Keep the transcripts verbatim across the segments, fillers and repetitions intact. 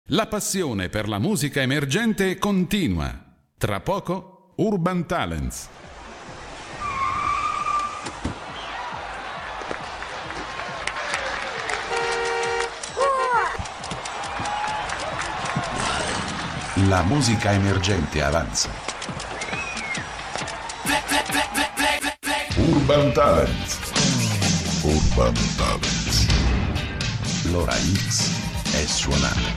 La passione per la musica emergente continua. Tra poco, Urban Talents. La musica emergente avanza. Urban Talents. Urban Talents. L'ora X è suonata.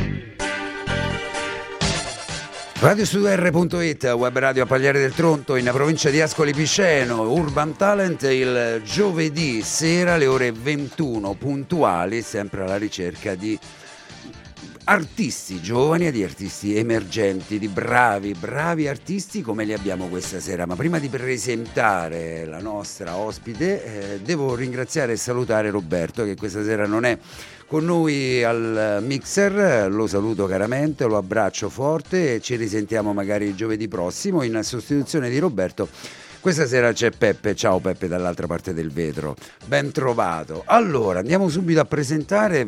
Radio Studio R punto it, web radio a Pagliare del Tronto, in provincia di Ascoli Piceno. Urban Talent il giovedì sera alle ore ventuno puntuali, sempre alla ricerca di artisti giovani e di artisti emergenti, di bravi, bravi artisti come li abbiamo questa sera. Ma prima di presentare la nostra ospite, eh, devo ringraziare e salutare Roberto, che questa sera non è con noi al mixer. Lo saluto caramente, lo abbraccio forte e ci risentiamo magari giovedì prossimo. In sostituzione di Roberto questa sera c'è Peppe. Ciao Peppe, dall'altra parte del vetro, ben trovato. Allora andiamo subito a presentare,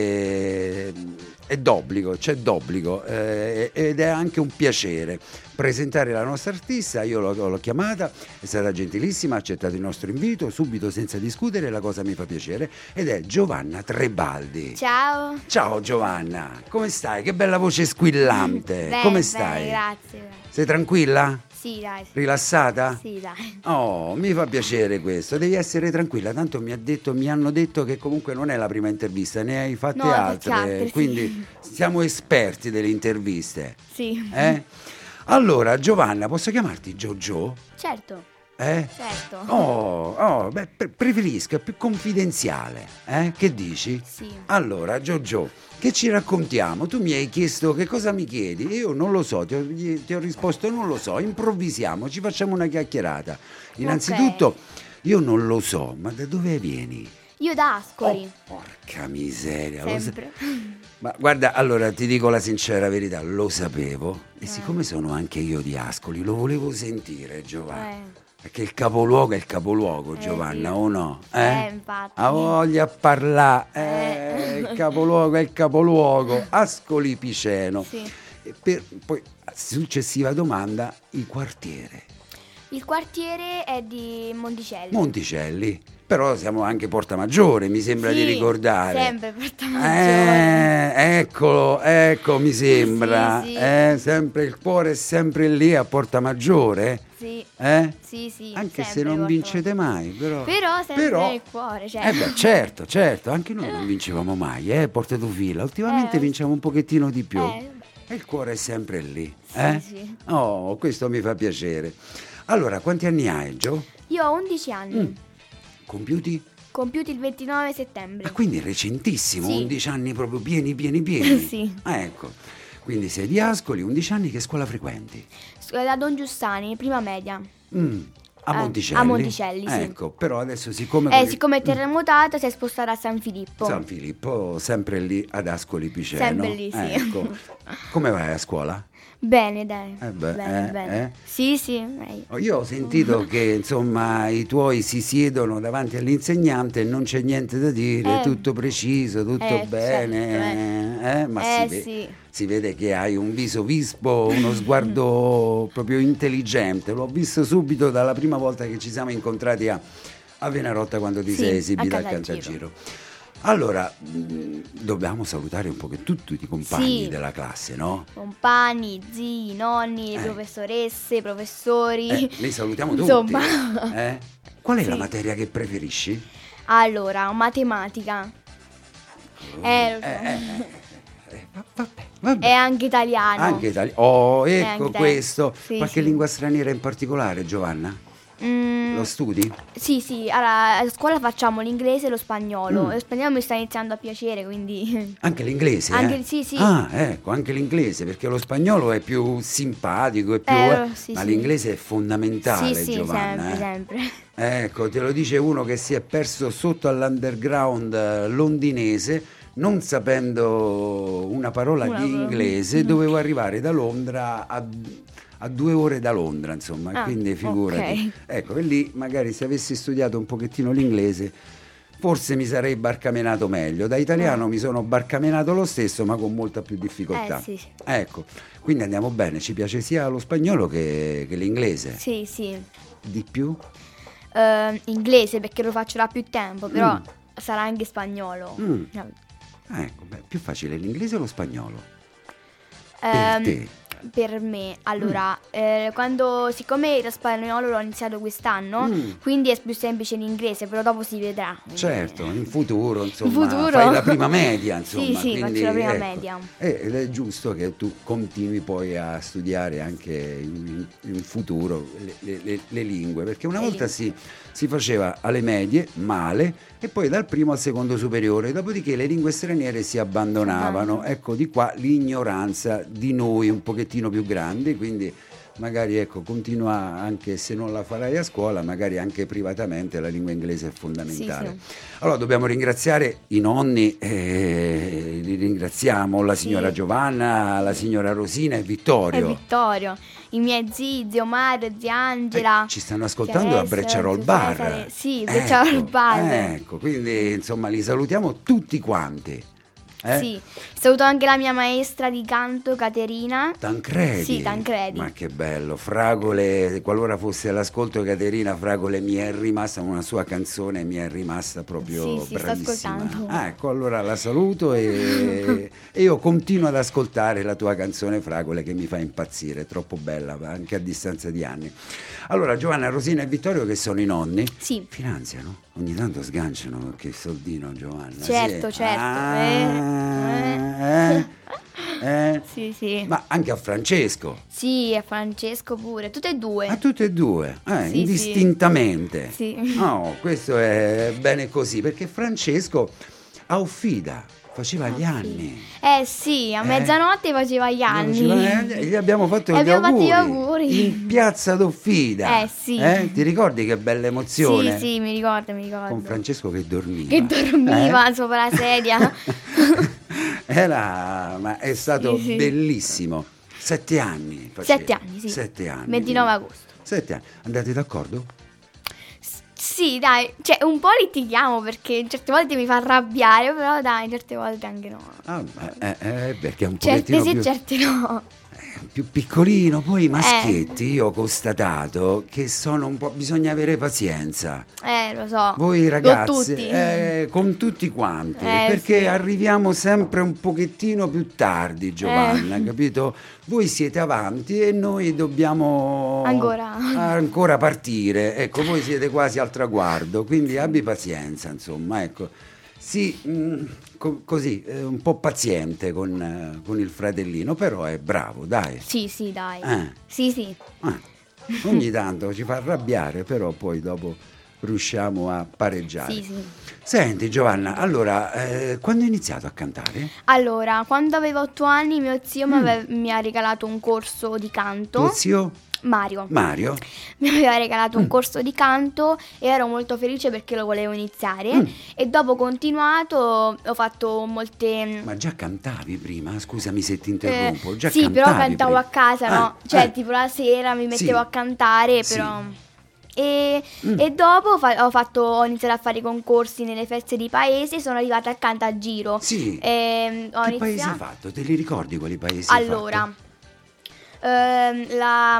perché è d'obbligo, c'è d'obbligo eh, ed è anche un piacere presentare la nostra artista. Io l'ho, l'ho chiamata, è stata gentilissima, ha accettato il nostro invito subito senza discutere, la cosa mi fa piacere, ed è Giovanna Trebaldi. Ciao. Ciao Giovanna, come stai? Che bella voce squillante. Bene, come stai? Bene, grazie, grazie. Sei tranquilla? Sì, dai. Rilassata? Sì, dai. Oh, mi fa piacere questo. Devi essere tranquilla, tanto mi ha detto, mi hanno detto che comunque non è la prima intervista, ne hai fatte No, altre, altre, quindi sì. Siamo esperti delle interviste. Sì. Eh? Allora, Giovanna, posso chiamarti Giorgio? Certo. Eh? Certo. Oh, oh, beh, pre- preferisco, è più confidenziale, eh? Che dici? Sì. Allora, Giorgio, che ci raccontiamo? Tu mi hai chiesto che cosa mi chiedi? Io non lo so, ti ho, ti ho risposto non lo so, improvvisiamo, ci facciamo una chiacchierata. Innanzitutto, Ok. io non lo so, ma da dove vieni? Io da Ascoli. Oh, porca miseria. lo sa- Sempre. Ma guarda, allora ti dico la sincera verità, lo sapevo e Eh. siccome sono anche io di Ascoli, lo volevo sentire, Giovanna. Eh. Perché il capoluogo è il capoluogo, Eh, Giovanna, sì. o no? Eh, infatti. Ha voglia a parlare, eh, Eh. il capoluogo è il capoluogo, Ascoli Piceno. Sì. E per, poi, successiva domanda, il quartiere. Il quartiere è di Monticelli. Monticelli, però siamo anche Portamaggiore, mi sembra Sì, di ricordare. sempre Portamaggiore. Eh, eccolo, ecco, mi sembra. Sì, sì. Eh, sempre il cuore è sempre lì a Portamaggiore. Sì. Eh? Sì, sì. Anche se sempre non Portamaggiore. vincete mai, però. Però sempre Però- nel cuore, cioè. Eh beh, certo, certo, anche noi non vincevamo mai, eh, Porta tu fila. Ultimamente Eh. vinciamo un pochettino di più. Eh, E il cuore è sempre lì, Sì, eh? sì. Oh, questo mi fa piacere. Allora, quanti anni hai, Gio? Io ho undici anni. Mm. Compiuti? Compiuti il ventinove settembre. Ah, quindi recentissimo, Sì. undici anni proprio pieni, pieni, pieni. Sì. Ah, ecco. Quindi sei di Ascoli, undici anni, che scuola frequenti? Da Don Giussani, prima media. Mm, a Eh, Monticelli? a Monticelli, sì. Ecco, però adesso siccome... con Eh, il- siccome è terremotata si è spostata a San Filippo. San Filippo, sempre lì ad Ascoli Piceno. Sempre lì, sì. Ecco. Come vai a scuola? Bene, dai. Eh beh, bene, eh, bene. eh. Sì, sì. meglio. Oh, io ho sentito che insomma i tuoi si siedono davanti all'insegnante e non c'è niente da dire, Eh. tutto preciso, tutto Eh, bene, eh, ma si, Eh, ve- sì. si vede che hai un viso vispo, uno sguardo proprio intelligente. L'ho visto subito dalla prima volta che ci siamo incontrati a, a Venarotta, quando ti Sì, sei esibita a al Cantagiro. Cantagiro. Allora, mh, dobbiamo salutare un po' che tutti i compagni Sì. della classe, no? Compagni, zii, nonni, Eh. professoresse, professori. Eh, li salutiamo tutti. Insomma. Eh? Qual è Sì. la materia che preferisci? Allora, matematica. Eh, lo so. Eh, eh, eh, va- vabbè, vabbè. E anche italiano. Anche italiano. Oh, Eh, ecco anche italiano. questo. Sì, Qualche sì. lingua straniera in particolare, Giovanna? Mm, Lo studi? sì, sì, allora, a scuola facciamo l'inglese e lo spagnolo. Mm. Lo spagnolo mi sta iniziando a piacere, quindi... Anche l'inglese? Anche- eh? sì, sì. Ah, ecco, anche l'inglese, perché lo spagnolo è più simpatico, è più, Eh, eh, sì, ma sì. l'inglese è fondamentale, sì, sì, Giovanna. sempre, eh. sempre. Ecco, te lo dice uno che si è perso sotto all'underground eh, londinese, non sapendo una parola Una di parola. inglese. Dovevo arrivare da Londra a, a due ore da Londra, insomma, Ah, quindi figurati. ok. Ecco, e lì magari se avessi studiato un pochettino l'inglese forse mi sarei barcamenato meglio. Da italiano mi sono barcamenato lo stesso, ma con molta più difficoltà. Eh, sì, sì. Ecco, quindi andiamo bene, ci piace sia lo spagnolo che, che l'inglese. Sì, sì. Di più? Eh, inglese perché lo faccio da più tempo, però Mm. sarà anche spagnolo. Mm. No. Ecco, beh, più facile l'inglese o lo spagnolo? Ehm, Per te? per me, allora, eh, quando, siccome lo spagnolo l'ho iniziato quest'anno, Mm. quindi è più semplice l'inglese, però dopo si vedrà. Certo, in futuro, insomma, In futuro? fai la prima media, insomma. Sì, sì, quindi, faccio la prima ecco. media. Eh, Ed è giusto che tu continui poi a studiare anche in, in futuro le, le- le- le lingue, perché una Le volta lingue. si, si faceva alle medie male e poi dal primo al secondo superiore, dopodiché le lingue straniere si abbandonavano. Abbandonano. Ecco di qua l'ignoranza di noi un pochettino più grandi, quindi magari ecco continua, anche se non la farai a scuola, magari anche privatamente la lingua inglese è fondamentale. Sì, Allora dobbiamo ringraziare i nonni, eh, li ringraziamo la signora Sì. Giovanna, la signora Rosina e E Vittorio. Vittorio, i miei zii, zio Mario, zia Angela. Eh, ci stanno ascoltando da Cesare, Breccia Roll zio Bar. Cesare. Sì, Breccia Roll Bar. Ecco, quindi insomma li salutiamo tutti quanti. Eh? Sì, saluto anche la mia maestra di canto, Caterina. Tancredi. Sì, Tancredi. Ma che bello. Fragole, qualora fosse all'ascolto Caterina, Fragole mi è rimasta, una sua canzone mi è rimasta proprio Sì, sì, sto bravissima. ascoltando. Ah, ecco, allora la saluto e, e io continuo ad ascoltare la tua canzone Fragole che mi fa impazzire, è troppo bella anche a distanza di anni. Allora Giovanna, Rosina e Vittorio che sono i nonni, Sì. finanziano? Ogni tanto sganciano qualche soldino Giovanna. Certo, sì. certo. Ah, Eh, eh, eh. Sì, sì. Ma anche a Francesco. Sì, e Francesco pure, tutte e due. A tutte e due, eh, Sì, indistintamente. Sì. No, questo è bene così, perché Francesco a Uffida faceva gli anni. Eh sì, a Eh? mezzanotte faceva gli anni. Faceva- eh, Gli abbiamo fatto E gli abbiamo fatto auguri, gli auguri. in piazza d'Uffida. Eh, sì. Eh? Ti ricordi che bella emozione? Sì, sì, mi ricordo, mi ricordo. Con Francesco che dormiva. Che dormiva Eh? sopra la sedia. Era, ma è stato Sì, sì. bellissimo. Sette anni faceva. Sette anni, sì. Sette anni. ventinove quindi. agosto. Sette anni. Andate d'accordo? S- Sì, dai, cioè un po' litighiamo perché certe volte mi fa arrabbiare, però dai, certe volte anche no. Ah, beh, eh, eh, perché è un Certe pochettino sì, più, certe no. eh, più piccolino. Poi i maschietti, io ho constatato che sono un po'. Bisogna avere pazienza. Eh, lo so. Voi Con ragazzi, tutti. eh, con tutti quanti, Eh, perché sì. arriviamo sempre un pochettino più tardi, Giovanna, Eh. capito? Voi siete avanti e noi dobbiamo Ancora. ancora partire. Ecco, voi siete quasi al traguardo, quindi abbi pazienza, insomma, ecco. Sì, mm, co- così, eh, un po' paziente con, eh, con il fratellino, però è bravo, dai. Sì, sì, dai. Eh. Sì, sì. Eh, ogni tanto ci fa arrabbiare, però poi dopo riusciamo a pareggiare. Sì, sì. Senti Giovanna, allora, eh, quando hai iniziato a cantare? Allora, quando avevo otto anni mio zio mi ave- mi ha regalato un corso di canto. Tuo zio Mario. Mario? Mi aveva regalato un Mm. corso di canto e ero molto felice perché lo volevo iniziare. Mm. E dopo ho continuato, ho fatto molte... Ma già cantavi prima? Scusami se ti interrompo. eh, Già sì, cantavi però cantavo prima? a casa, Ah, no? Cioè, eh. tipo la sera mi mettevo Sì. a cantare, Sì. però... E, Mm. e dopo ho, fa- ho fatto, ho iniziato a fare i concorsi nelle feste di paese e sono arrivata a Cantagiro. Sì. E, ho Che iniziato... paesi hai fatto? Te li ricordi quali paesi hai Allora, fatto? ehm, la...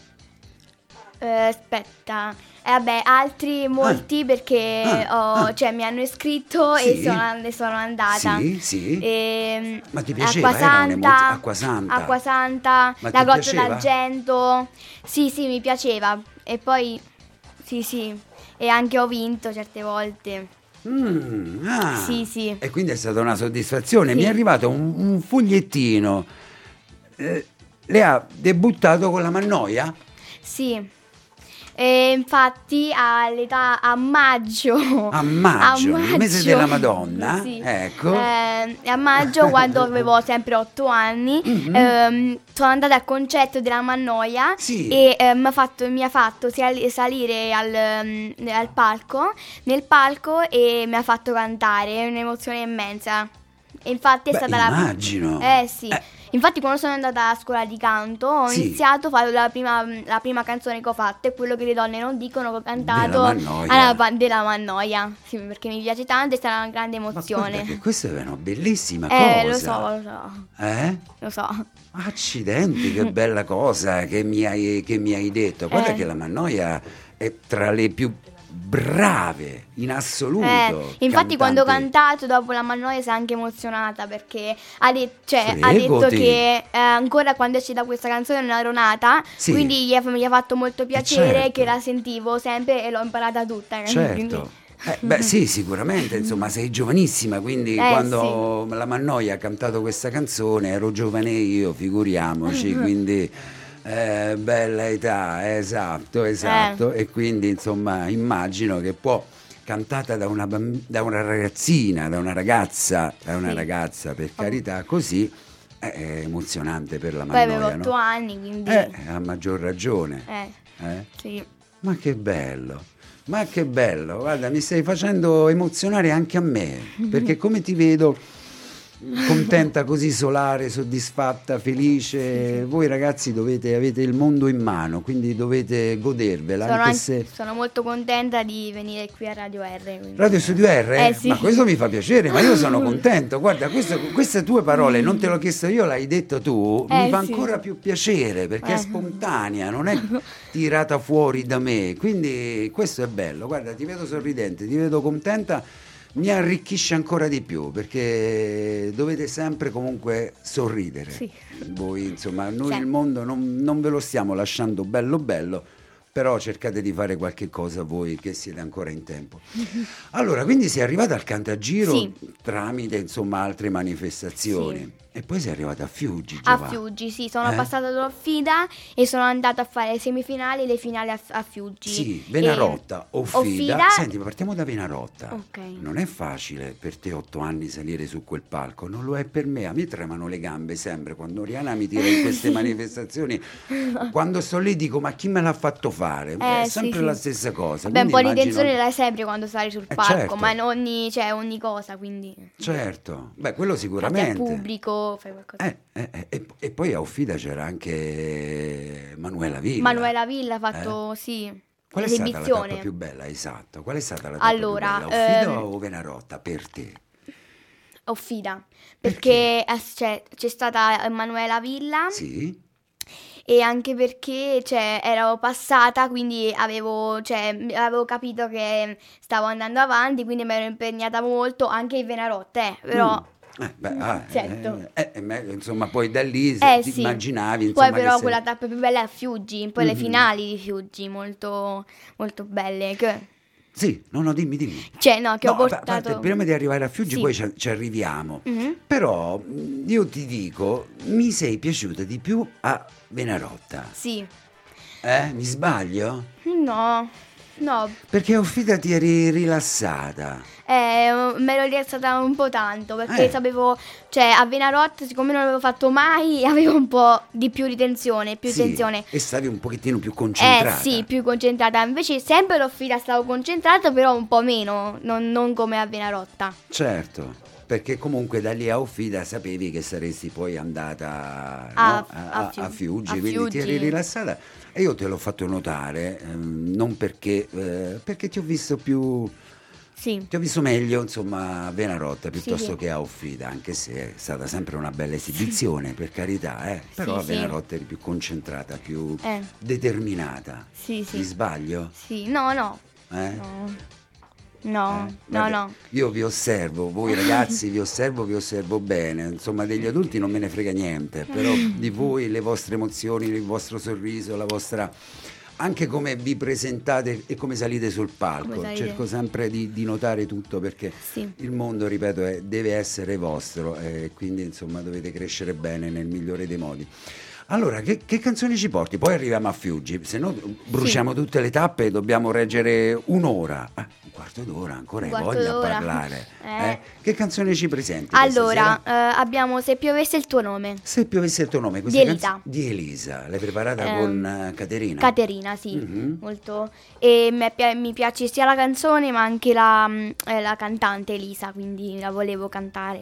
eh, aspetta, eh, vabbè, altri molti perché Ah, ho- ah. cioè, mi hanno iscritto Sì. e sono, e sono andata. Sì, sì. Ehm, Ma ti piaceva? Era Acquasanta, un'emozione- Acquasanta. Acquasanta, Ma la ti Goccia piaceva? d'Argento. Sì, sì, mi piaceva. E poi, sì, sì, e anche ho vinto certe volte. Mm, ah. Sì, sì. E quindi è stata una soddisfazione. Sì. Mi è arrivato un, un fogliettino. Eh, le ha debuttato con la Mannoia? Sì. E infatti all'età a maggio A maggio, a il mese maggio, della Madonna, sì. ecco. Eh, a maggio quando avevo sempre otto anni Mhm. ehm, sono andata al concerto della Mannoia Sì. e eh, mi ha fatto, mi ha fatto sali- salire al, ehm, al palco nel palco e mi ha fatto cantare, è un'emozione immensa. E infatti è Beh, stata immagino. la... Eh sì. Eh. Infatti quando sono andata a scuola di canto ho Sì. iniziato a fare la prima, la prima canzone che ho fatto, è quello che le donne non dicono, che ho cantato Della Mannoia. alla pa- della Mannoia. Sì, perché mi piace tanto e è stata una grande Ma emozione. guarda che questa è una bellissima Eh, lo cosa. so, lo so, Eh? lo so. Accidenti, che bella cosa che mi hai, che mi hai detto. Guarda Eh. che la Mannoia è tra le più brave in assoluto. Eh, infatti quando ho cantanti. cantato dopo la Mannoia si è anche emozionata perché ha, de- cioè, ha detto Fregoti. che eh, ancora quando esce da questa canzone non ero nata, Sì. quindi gli, è- mi ha fatto molto piacere certo. che la sentivo sempre e l'ho imparata tutta. quindi- Certo. Eh, beh sì, sicuramente, insomma, sei giovanissima, quindi Eh, quando la Mannoia ha cantato questa canzone ero giovane io, figuriamoci, quindi eh, bella età, esatto, esatto, e quindi insomma immagino che può, cantata da una, bamb- da una ragazzina, da una ragazza, da una Sì. ragazza, per carità, così eh, è emozionante per la Poi avevo Mannoia, otto no? anni, quindi... Eh, a maggior ragione. Eh, Eh? sì. Ma che bello, ma che bello, guarda, mi stai facendo emozionare anche a me, perché come ti vedo contenta, così solare, soddisfatta, felice, voi ragazzi dovete, avete il mondo in mano, quindi dovete godervela, Sono, anche an- se... sono molto contenta di venire qui a Radio R. quindi- Radio Studio R? Eh, sì. Ma questo mi fa piacere, ma io sono contento. Guarda, questo- queste tue parole non te l'ho chiesto io, l'hai detto tu, mi Eh, fa sì. ancora più piacere perché è Eh. spontanea, non è tirata fuori da me. Quindi questo è bello. Guarda, ti vedo sorridente, ti vedo contenta, mi arricchisce ancora di più perché dovete sempre comunque sorridere. Sì. Voi, insomma, noi Sì. il mondo non, non ve lo stiamo lasciando bello bello. Però cercate di fare qualche cosa voi che siete ancora in tempo. Allora, quindi sei arrivata al Cantagiro Sì. tramite, insomma, altre manifestazioni. Sì. E poi sei arrivata a Fiuggi, A Giovanna. Fiuggi, sì, sono Eh? passata da Offida e sono andata a fare le semifinali e le finali a, a Fiuggi. Sì, Venarotta, E- Offida. Offida- Senti, ma partiamo da Venarotta. Ok. Non è facile per te otto anni salire su quel palco, non lo è per me. A me tremano le gambe sempre quando Oriana mi tira in queste manifestazioni. Quando sto lì dico, ma chi me l'ha fatto fare? Eh, è sì, sempre sì. la stessa cosa. Beh, un quindi po' di immagino- tensione l'hai sempre quando sali sul Eh, palco, certo. ma in ogni, cioè, ogni cosa, quindi... Certo, beh, quello Canti sicuramente. al pubblico, fai qualcosa. Eh, eh, eh, e, e poi a Offida c'era anche Manuela Villa. Manuela Villa ha fatto, sì, Qual è stata la l'esibizione. tappa più bella, esatto? Qual è stata la tappa Allora, più bella? Offida ehm, o Venarotta per te? Offida, perché eh, c'è, c'è stata Emanuela Villa Sì? e anche perché cioè, ero passata, quindi avevo, cioè, avevo capito che stavo andando avanti, quindi mi ero impegnata molto, anche in Venarotta, eh, però... Mm. Eh, beh, ah, Certo. eh, eh, eh, insomma, poi da lì se Eh ti sì, immaginavi, insomma, poi però che sei- quella tappa più bella è a Fiuggi, poi le Mhm. finali di Fiuggi, molto, molto belle, che... Sì, no, no, dimmi, dimmi. Cioè no, che No, ho a pa- portato... parte, prima di arrivare a Fiuggi Sì. poi ci, ci arriviamo. Mhm. Però mh, io ti dico, mi sei piaciuta di più a Venarotta. Sì, Eh? Mi sbaglio? no, no, Perché a Offida ti eri rilassata. eh, me l'ero rialzata un po' tanto perché Eh. sapevo, cioè a Venarotta siccome non l'avevo fatto mai avevo un po' di più di tensione, più Sì, tensione. e stavi un pochettino più Eh concentrata. sì, più concentrata, invece sempre l'Offida stavo concentrata però un po' meno, non, non come a Venarotta. Certo, perché comunque da lì a Offida sapevi che saresti poi andata A- no, a, a a- Fiu- a Fiuggi, a quindi ti eri Fiuggi. rilassata. E io te l'ho fatto notare, ehm, non perché, eh, perché ti ho visto più... Sì, Ti ho visto meglio, insomma, a Venarotta piuttosto sì. che a Offida, anche se è stata sempre una bella esibizione, per carità, eh. Però a sì. Venarotta eri più concentrata, più Eh. determinata. sì, sì, Mi sbaglio? sì, no, no, Eh? no, no, Eh, no, vabbè, no. Io vi osservo, voi ragazzi vi osservo, vi osservo bene, insomma degli adulti non me ne frega niente, però di voi, le vostre emozioni, il vostro sorriso, la vostra... anche come vi presentate e come salite sul palco, Come salite. cerco sempre di, di notare tutto perché Sì. il mondo, ripeto, è- deve essere vostro e quindi insomma dovete crescere bene nel migliore dei modi. Allora, che, che canzoni ci porti? Poi arriviamo a Fiuggi, se no bruciamo tutte le tappe e dobbiamo reggere un'ora. Ah, un quarto d'ora, ancora hai Un quarto voglia a d'ora. parlare. Eh. eh? Che canzoni ci presenti? questa Allora, sera? eh, abbiamo Se piovesse il tuo nome. Se piovesse il tuo nome, questa Di Elisa. canz- di Elisa, l'hai preparata Ehm, con eh, Caterina? Caterina, sì, Mhm. molto. E me pi- mi piace sia la canzone ma anche la, mm, eh, la cantante Elisa, quindi la volevo cantare.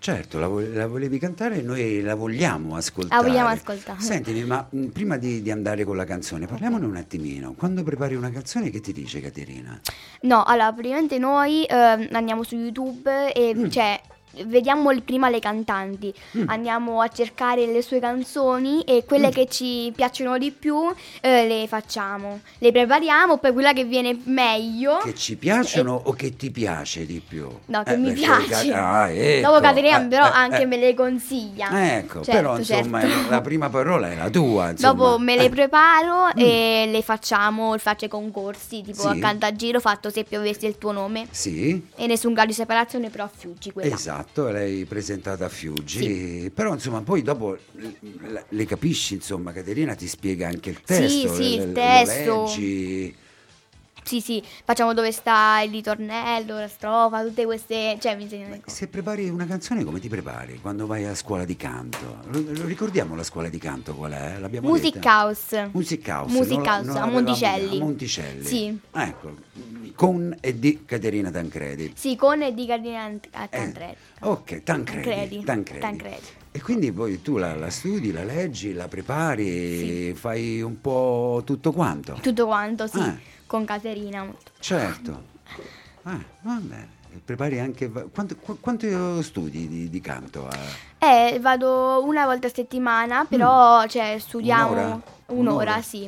Certo, la, vo- la volevi cantare e noi la vogliamo ascoltare. La vogliamo ascoltare. Sentimi, ma mh, prima di, di andare con la canzone, parliamone un attimino. Quando prepari una canzone, che ti dice Caterina? No, allora, praticamente noi eh, andiamo su YouTube e Mm. cioè vediamo il- prima le cantanti, Mm. andiamo a cercare le sue canzoni e quelle Mm. che ci piacciono di più eh, le facciamo, le prepariamo, poi quella che viene meglio. Che ci piacciono o che ti piace di più? No, che Eh, mi perché piace. Ca- ah, ecco. Dopo Caterina Eh, però eh, anche eh. me le consiglia. Ecco, Certo, però insomma certo. la prima parola è la tua. Insomma. Dopo me le Eh. preparo Mm. e le facciamo, faccio i concorsi, tipo Sì. a Cantagiro ho fatto Se piovesse il tuo nome Sì, e nessun grado di separazione però a Fiuggi quella. esatto, l'hai presentata a Fiuggi, però insomma poi dopo l- l- le capisci, insomma Caterina ti spiega anche il testo, sì, l- il l- testo. lo leggi. Sì, sì, facciamo dove sta il ritornello, la strofa, tutte queste, cioè mi insegnano le cose. Se prepari una canzone come ti prepari quando vai a scuola di canto? Lo, lo ricordiamo la scuola di canto qual è? L'abbiamo Music detta? House. Music House. Music non la- House, non a l'avevamo Monticelli. detto, a Monticelli. Sì. Ecco, con e di Caterina Tancredi. Sì, con e di Cardinale a Eh, Tancredi. ok, Tancredi. Tancredi. Tancredi. Tancredi. E quindi poi tu la, la studi, la leggi, la prepari, fai un po' tutto quanto. Tutto quanto, sì, Ah. con Caterina. molto. Certo. Ah, va bene. E prepari anche... Quanto, qu- quanto studi di, di canto? a- Eh, vado una volta a settimana, però cioè, studiamo Un'ora? un'ora, Un'ora? sì.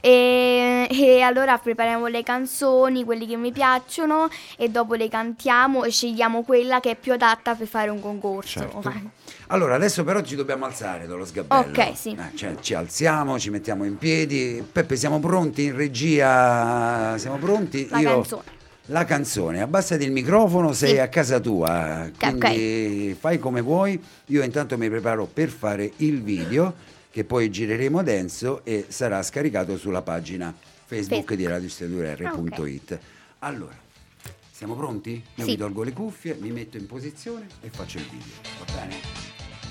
E, e allora prepariamo le canzoni, quelli che mi piacciono, e dopo le cantiamo e scegliamo quella che è più adatta per fare un concorso. Certo. Allora, adesso però ci dobbiamo alzare dallo sgabello. Ok, sì. Eh, cioè, ci alziamo, ci mettiamo in piedi. Peppe, siamo pronti in regia? Siamo pronti? La canzone. La canzone, abbassati il microfono, sei Sì. a casa tua, quindi fai come vuoi. Io intanto mi preparo per fare il video che poi gireremo adesso e sarà scaricato sulla pagina Facebook, Facebook. di radio studio R Ah, ok. punto it. Allora, siamo pronti? Io Sì. mi tolgo le cuffie, mi metto in posizione e faccio il video, va bene?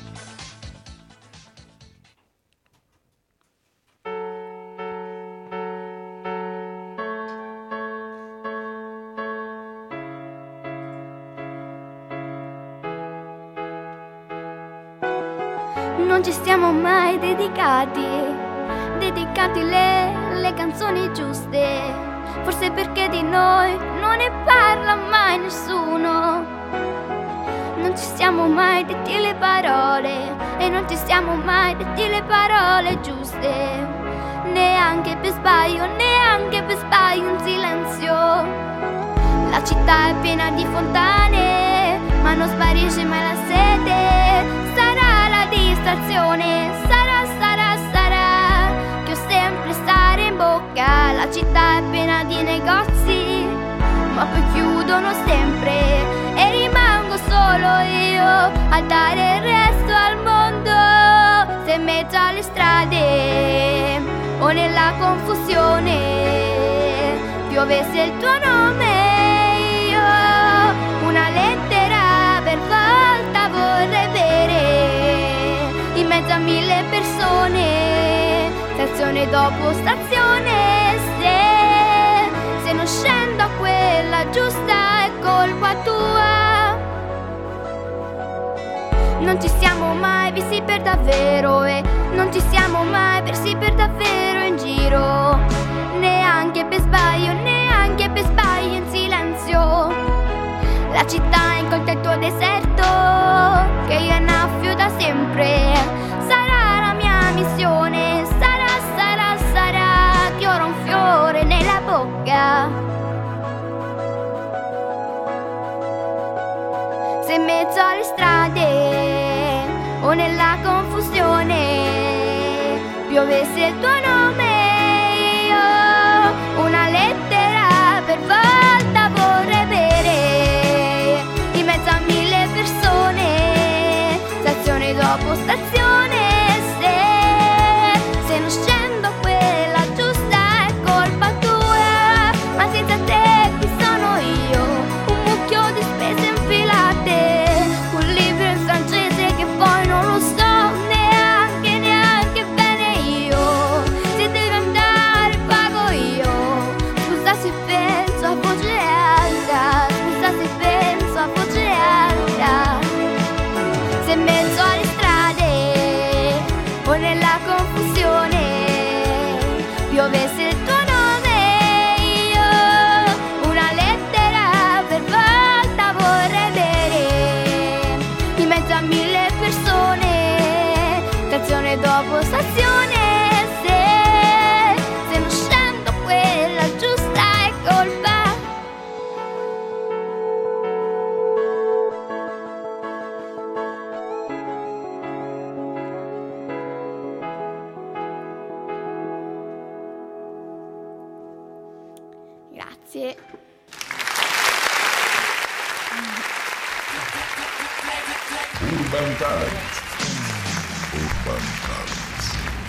Non ci siamo mai dedicati, dedicati le, le canzoni giuste, forse perché di noi non ne parla mai nessuno. Non ci siamo mai detti le parole e non ci siamo mai detti le parole giuste, neanche per sbaglio, neanche per sbaglio un silenzio. La città è piena di fontane, ma non sparisce mai la sete. Sarà la distrazione, sarà, sarà, sarà che ho sempre stare in bocca. La città è piena di negozi, ma poi chiudono sempre e rimango solo io a dare il resto al mondo. Se in mezzo alle strade o nella confusione piovesse il tuo nome, una lettera per volta vorrei bere in mezzo a mille persone, stazione dopo stazione. Se, se non scendo a quella giusta è colpa tua. Non ci siamo mai visti per davvero e non ci siamo mai persi per davvero in giro, neanche per sbaglio, neanche per sbaglio in silenzio. La città è in quel tuo deserto che io annaffio da sempre. Sarà la mia missione, sarà, sarà, sarà che ora ho un fiore nella bocca. Se in mezzo alle strade o nella confusione piovesse il tuo nome, io una lettera per volta vorrei bere in mezzo a mille persone, stazione dopo stazione. Se, se non scendo a quella giusta è colpa tua, ma senza te chi sono io? Un mucchio di spese infilate, un libro in francese che poi non lo so neanche, neanche bene io. Se devo andare pago io, scusa se penso a voce alta, scusa se penso a voce alta. Grazie. Urban Talent. Urban Talent.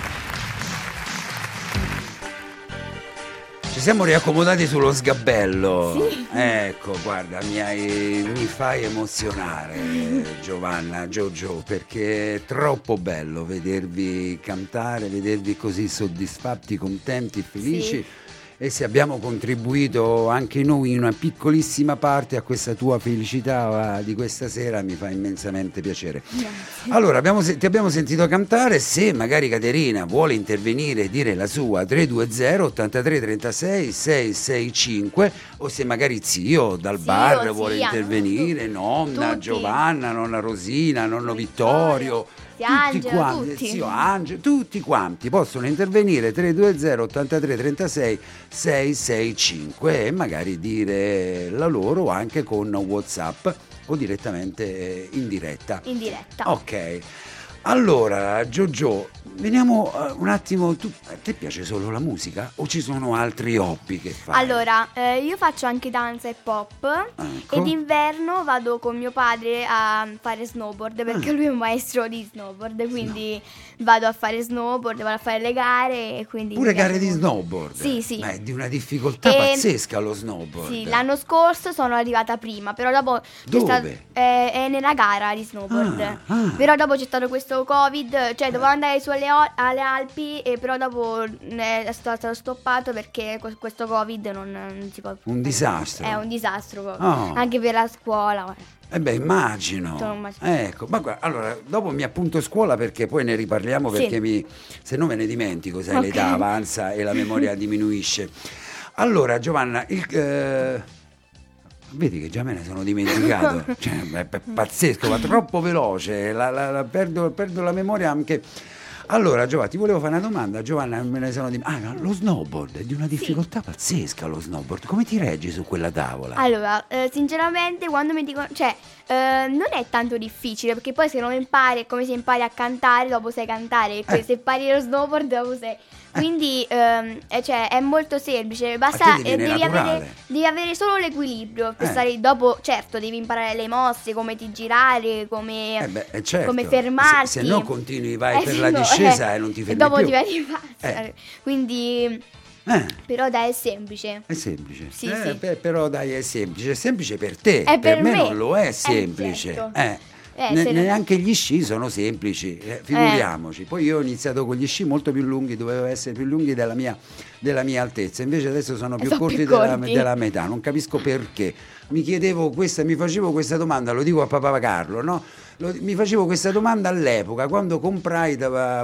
Ci siamo riaccomodati sullo sgabello. Sì. Ecco, guarda, mi, hai, mi fai emozionare, Giovanna, Giorgio, perché è troppo bello vedervi cantare, vedervi così soddisfatti, contenti, felici. Sì. E se abbiamo contribuito anche noi in una piccolissima parte a questa tua felicità di questa sera, mi fa immensamente piacere. Grazie. Allora, abbiamo, ti abbiamo sentito cantare. Se magari Caterina vuole intervenire e dire la sua, tre due zero ottantatré trentasei seicentosessantacinque, o se magari zio dal Zio, bar vuole zia, intervenire, nonna tutti. Giovanna, nonna Rosina, nonno Vittorio, tutti Angelo, quanti, tutti. zio Angelo, tutti quanti possono intervenire. Tre due zero ottantatré trentasei seicentosessantacinque e magari dire la loro anche con WhatsApp o direttamente in diretta. In diretta. Ok. Allora, Giorgio, veniamo uh, un attimo. Tu, a te piace solo la musica o ci sono altri hobby che fai? Allora, eh, io faccio anche danza e pop. Ecco. E d'inverno vado con mio padre a fare snowboard perché Ah. lui è un maestro di snowboard, quindi vado a fare snowboard, vado a fare le gare e quindi Pure mi piace gare di molto. snowboard? Sì, sì. Ma è di una difficoltà E- pazzesca lo snowboard. Sì, l'anno scorso sono arrivata prima, però dopo c'è Dove? stato- eh, è nella gara di snowboard. Ah, ah. Però dopo c'è stato questo Covid, cioè dovevo andare su alle, O- alle Alpi e però dopo eh, è stato stoppato perché que- questo Covid non, non si può. Un disastro. È un disastro proprio. Oh. Anche per la scuola. Eh beh, immagino. Tutto immagino. Ecco, ma guarda, allora, dopo mi appunto scuola perché poi ne riparliamo, Sì. perché mi, se no me ne dimentico, sai, Ok. l'età avanza e la memoria diminuisce. Allora, Giovanna, il, eh, vedi che già me ne sono dimenticato, cioè, è p- pazzesco, va troppo veloce, la, la- la- perdo, perdo la memoria anche. Allora, Giovanna, ti volevo fare una domanda. Giovanna, me ne sono dimenticato. Ah, no, lo snowboard è di una difficoltà pazzesca, lo snowboard. Come ti reggi su quella tavola? Allora, eh, sinceramente quando mi dicono, cioè, eh, non è tanto difficile perché poi se non impari è come se impari a cantare, dopo sai cantare, e poi Eh. se impari lo snowboard dopo sai. Quindi, ehm, eh, cioè, è molto semplice, A basta, te ti eh, viene devi, naturale. avere, devi avere solo l'equilibrio per Eh. stare dopo, certo, devi imparare le mosse, come ti girare, come, Eh beh, eh certo. come fermarti. Se, se no continui, vai Eh, per se la no, discesa eh, e non ti e fermi dopo più. ti vieni pazza. Eh. Quindi, Eh, però dai, è semplice. è semplice. Sì, Eh, sì. beh, però dai, è semplice. È semplice per te. È per me, me. non lo è Eh, semplice. certo. Eh. Eh, Ne- se no- neanche gli sci sono semplici, eh, figuriamoci. Poi io ho iniziato con gli sci molto più lunghi, dovevano essere più lunghi della mia, della mia altezza, invece adesso sono più Sono corti, più della, corti. della metà, non capisco perché. Mi chiedevo questa, mi facevo questa domanda, lo dico a papà Carlo, no? Lo- mi facevo questa domanda all'epoca, quando comprai da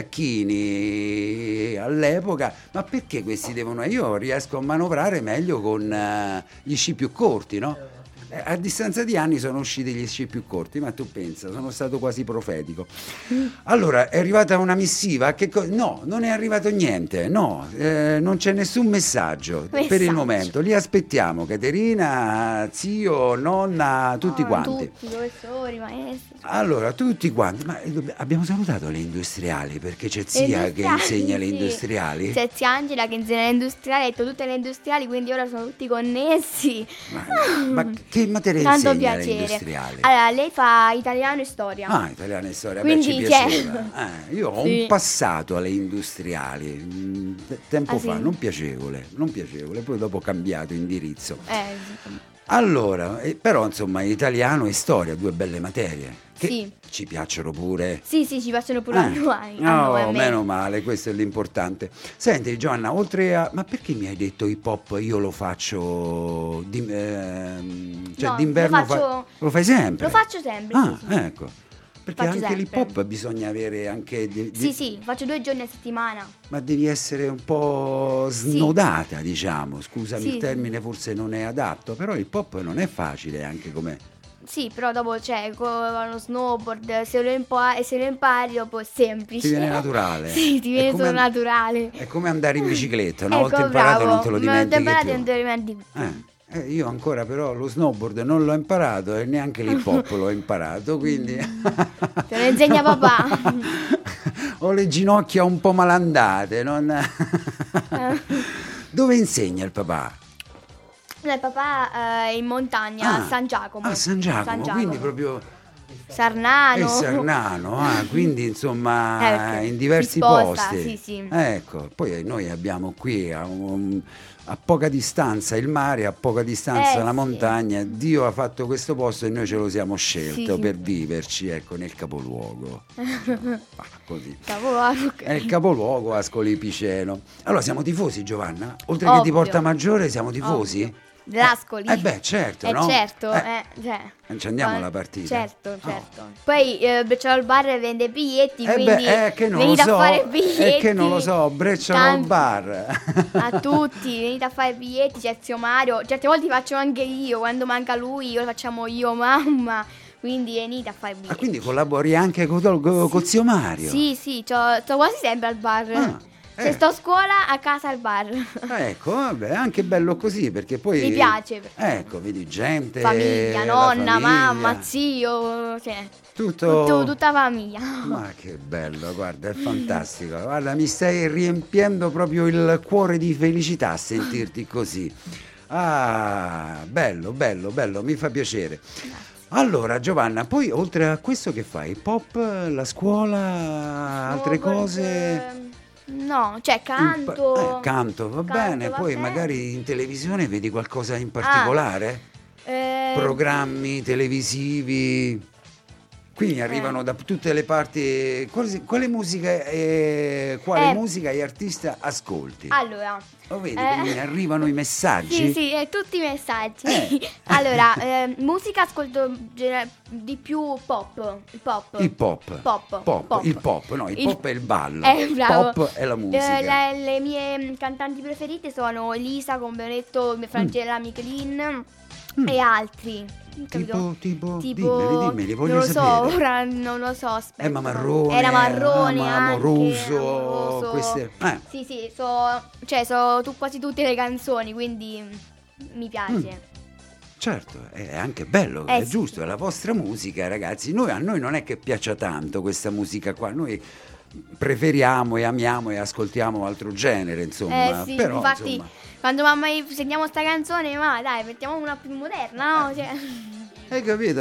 Bustacchini all'epoca, ma perché questi devono... Io riesco a manovrare meglio con eh, gli sci più corti, no? Eh, A distanza di anni sono usciti gli sci più corti, ma tu pensa, sono stato quasi profetico. Allora, è arrivata una missiva? Che co- no, non è arrivato niente, no, eh, non c'è nessun messaggio, per il Messaggio. momento. Li aspettiamo, Caterina, zio, nonna, tutti Ah, quanti. Tutti, professori, maestri. Allora, tutti quanti, ma eh, dobb- abbiamo salutato le industriali perché c'è zia Le che industriali, insegna le sì. industriali. C'è zia Angela che insegna le industriali, ha detto tutte le industriali, quindi ora sono tutti connessi. Ma, ma che materia Tanto insegna le piacere. industriali? Allora, lei fa italiano e storia. Ah, italiana e storia, Quindi beh, ci c'è- piaceva. Eh, io ho Sì. un passato alle industriali, mm, te- tempo Ah, fa, sì? non piacevole, non piacevole, poi dopo ho cambiato indirizzo. Eh, Allora, eh, però insomma, italiano e storia, due belle materie, che Sì. ci piacciono pure. sì, sì, ci piacciono pure Eh, a noi. a noi, a No, me. meno male, questo è l'importante. Senti, Giovanna, oltre a... Ma perché mi hai detto hip hop io lo faccio... di- ehm, cioè No, d'inverno lo fa- faccio- lo fai sempre? Lo faccio sempre, Ah, sì, sì. ecco. Perché Faccio anche l'hip sempre. hop bisogna avere anche... di- di- Sì, sì, faccio due giorni a settimana. Ma devi essere un po' snodata, diciamo. Scusami, Sì. il termine forse non è adatto, però il hop non è facile anche come... Sì, però dopo c'è con lo snowboard, se lo, impa- se lo impari dopo è semplice. Ti viene naturale. Sì, ti È viene come solo an- naturale. È come andare in bicicletta, una Ecco, volta imparato bravo. non te lo Una volta dimentichi imparato più. non te lo dimentichi più. Eh, eh, io ancora però lo snowboard non l'ho imparato e neanche l'hip hop l'ho imparato, quindi... Te lo insegna papà. Ho le ginocchia un po' malandate, non... Dove insegna il papà? No, papà è in montagna, Ah, a San Giacomo. Ah, San Giacomo, San Giacomo. quindi proprio Sarnano. è Sarnano, ah, quindi insomma Eh, perché in diversi si sposta, posti. sì, sì. Ecco, poi noi abbiamo qui a, un- a poca distanza il mare, a poca distanza Eh, la sì. montagna. Dio ha fatto questo posto e noi ce lo siamo scelto Sì, sì. per viverci, ecco, nel capoluogo. Ah, così. Cavolo, È il capoluogo Ascoli Piceno. Allora siamo tifosi, Giovanna? Oltre che Ovvio. di Porta Maggiore siamo tifosi? Ovvio. L'Ascoli. Eh beh, certo, Eh, no? certo, Eh, eh, cioè. non ci andiamo Qua- alla partita. Certo, No. certo. Poi eh, Brecciolo al bar vende biglietti, Eh quindi beh, è che non lo venite so, a fare biglietti. è che non lo so, Brecciolo al Tanti- bar. A tutti, venite a fare biglietti, c'è zio Mario. Certe volte li faccio anche io, quando manca lui, lo facciamo io, mamma. Quindi venite a fare biglietti. Ah, quindi collabori anche con, con, con zio Mario? Sì, sì, c'ho- sto quasi sempre al bar. Ah, Se eh. sto a scuola, a casa al bar. Ah, ecco, vabbè, è anche bello così, perché poi... Mi piace. Ecco, vedi gente... Famiglia, la nonna, famiglia, mamma, zio, cioè, Tutto... tutto- tutta famiglia. Ma che bello, guarda, è fantastico. Guarda, mi stai riempiendo proprio il cuore di felicità a sentirti così. Ah, bello, bello, bello, mi fa piacere. Allora, Giovanna, poi oltre a questo che fai? Pop, la scuola, altre No, cose? perché- No, cioè In pa- canto. eh, canto, va Canto, bene. va Poi bene. magari in televisione vedi qualcosa in particolare? Eh, Programmi televisivi. Quindi arrivano da tutte le parti. Quale, quale musica, eh, quale Eh. musica e artista ascolti? Allora, Lo vedi, eh. quindi arrivano i messaggi. sì, sì, eh, tutti i messaggi. Eh. Allora, eh, musica ascolto gener- di più pop. Il pop. Il pop. Pop. Pop, il pop, no, il, Il- pop è il ballo. Eh, bravo. Pop è la musica. Eh, le, le mie cantanti preferite sono Elisa, come ho detto, Frangella Michelin Mm. e altri. Capito? Tipo, tipo, Tipo, dimmeli, dimmeli, voglio non lo so, sapere. ora non lo so, aspetta. Emma Marrone, Era Marrone, Ama- anche, Amoruso, Amoruso. queste- eh. Sì, sì, so, cioè so tu, quasi tutte le canzoni, quindi mm, mi piace. Certo, è anche bello, Eh, è sì. giusto, è la vostra musica, ragazzi. Noi, a noi non è che piaccia tanto questa musica qua, noi preferiamo e amiamo e ascoltiamo altro genere, insomma. Eh sì, Però, infatti insomma, quando mamma mi sentiamo sta canzone, ma dai, mettiamo una più moderna, no? Cioè, hai capito?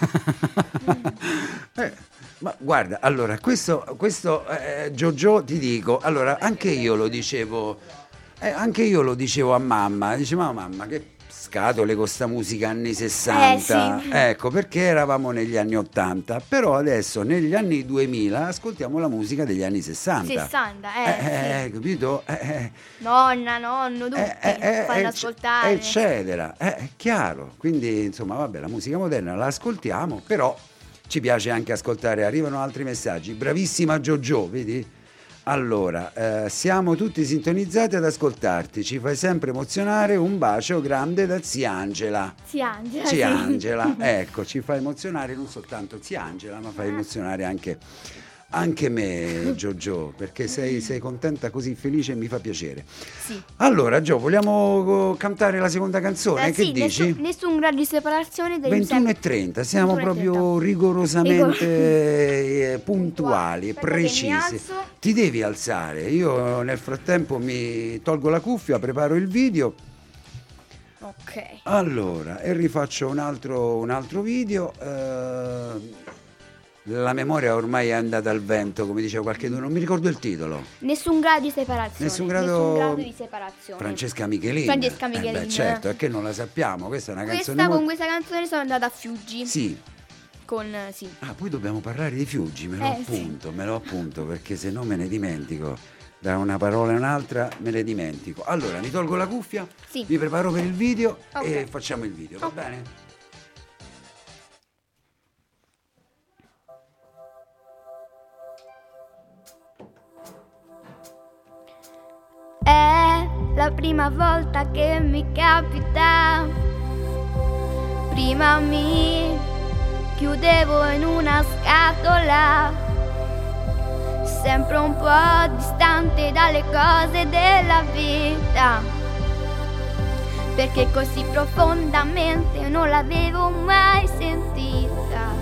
Eh, ma guarda, allora, questo, questo eh, Giorgio ti dico, allora, anche io lo dicevo, eh, anche io lo dicevo a mamma, diceva mamma che scatole con sta musica anni sessanta, Eh, sì. ecco, perché eravamo negli anni ottanta, però adesso negli anni duemila ascoltiamo la musica degli anni sessanta. sessanta, Eh, eh, eh, sì. capito? Eh, eh, Nonna, nonno, tutti eh, eh, eh, fanno eh, ascoltare. eccetera, eh, è chiaro. Quindi insomma, vabbè, la musica moderna la ascoltiamo, però ci piace anche ascoltare. Arrivano altri messaggi. Bravissima Giorgio, vedi? Allora, eh, siamo tutti sintonizzati ad ascoltarti, ci fai sempre emozionare. Un bacio grande da zia Angela. Zia Angela, Zia sì. Angela, ecco, ci fa emozionare non soltanto zia Angela, ma fa emozionare anche, anche me, Giorgio, perché sei, sei contenta, così felice e mi fa piacere. Sì. Allora, Gio, vogliamo cantare la seconda canzone? Eh, che sì, dici? Nessun, nessun grado di separazione del ventuno e trenta, siamo ventuno e proprio trenta. rigorosamente eh, puntuali, Aspetta che precisi. mi alzo. Ti devi alzare, io nel frattempo mi tolgo la cuffia, preparo il video. Ok. Allora, e rifaccio un altro, un altro video. eh, la memoria ormai è andata al vento, come diceva qualcuno, non mi ricordo il titolo. Nessun grado di separazione. Nessun grado, Nessun grado di separazione. Francesca Michelin. Francesca Eh Michelin. beh, certo, è che non la sappiamo, questa è una Questa, canzone con molto... questa canzone sono andata a Fiuggi. Sì. Con, sì. Ah, poi dobbiamo parlare di Fiuggi, me lo Eh, sì. appunto, me lo appunto, perché se no me ne dimentico. Da una parola a un'altra me ne dimentico. Allora, mi tolgo la cuffia, Sì. mi preparo per il video Ok. e facciamo il video, va Ok. bene? È la prima volta che mi capita. Prima mi chiudevo in una scatola, sempre un po' distante dalle cose della vita, perché così profondamente non l'avevo mai sentita.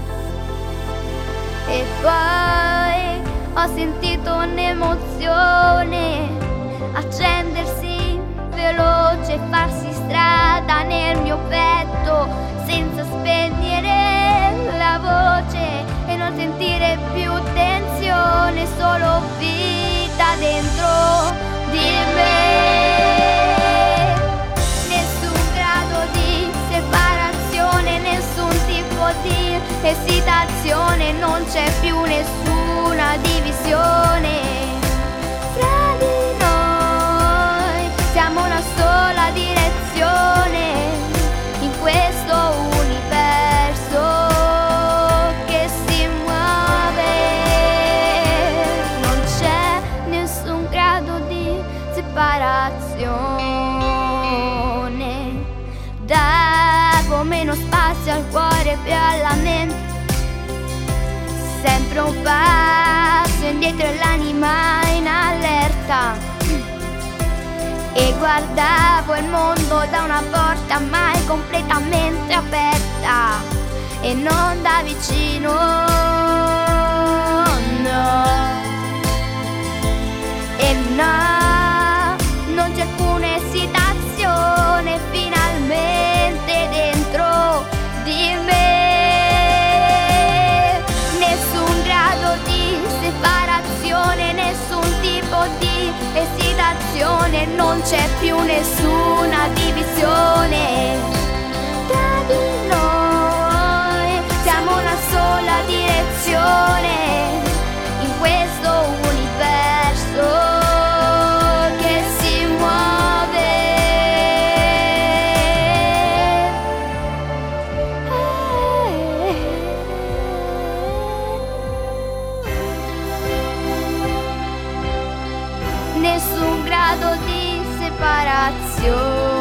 E poi ho sentito un'emozione accendersi veloce e farsi strada nel mio petto senza spegnere la voce e non sentire più tensione, solo vita dentro di me. Nessun grado di separazione, nessun tipo di esitazione, non c'è più nessuna divisione. Fra di noi siamo una sola direzione in questo universo che si muove. Non c'è nessun grado di separazione. Davo meno spazio al cuore più alla mente, sempre un passo indietro e l'anima in allerta, e guardavo il mondo da una porta mai completamente aperta e non da vicino, no. E no, non c'è alcuna esitazione finalmente dentro di me. Nessun grado di separazione, nessun tipo di esitazione, non c'è più nessuna divisione. Tra di noi siamo una sola direzione in questo universo che si muove. Nessun grado di separazione.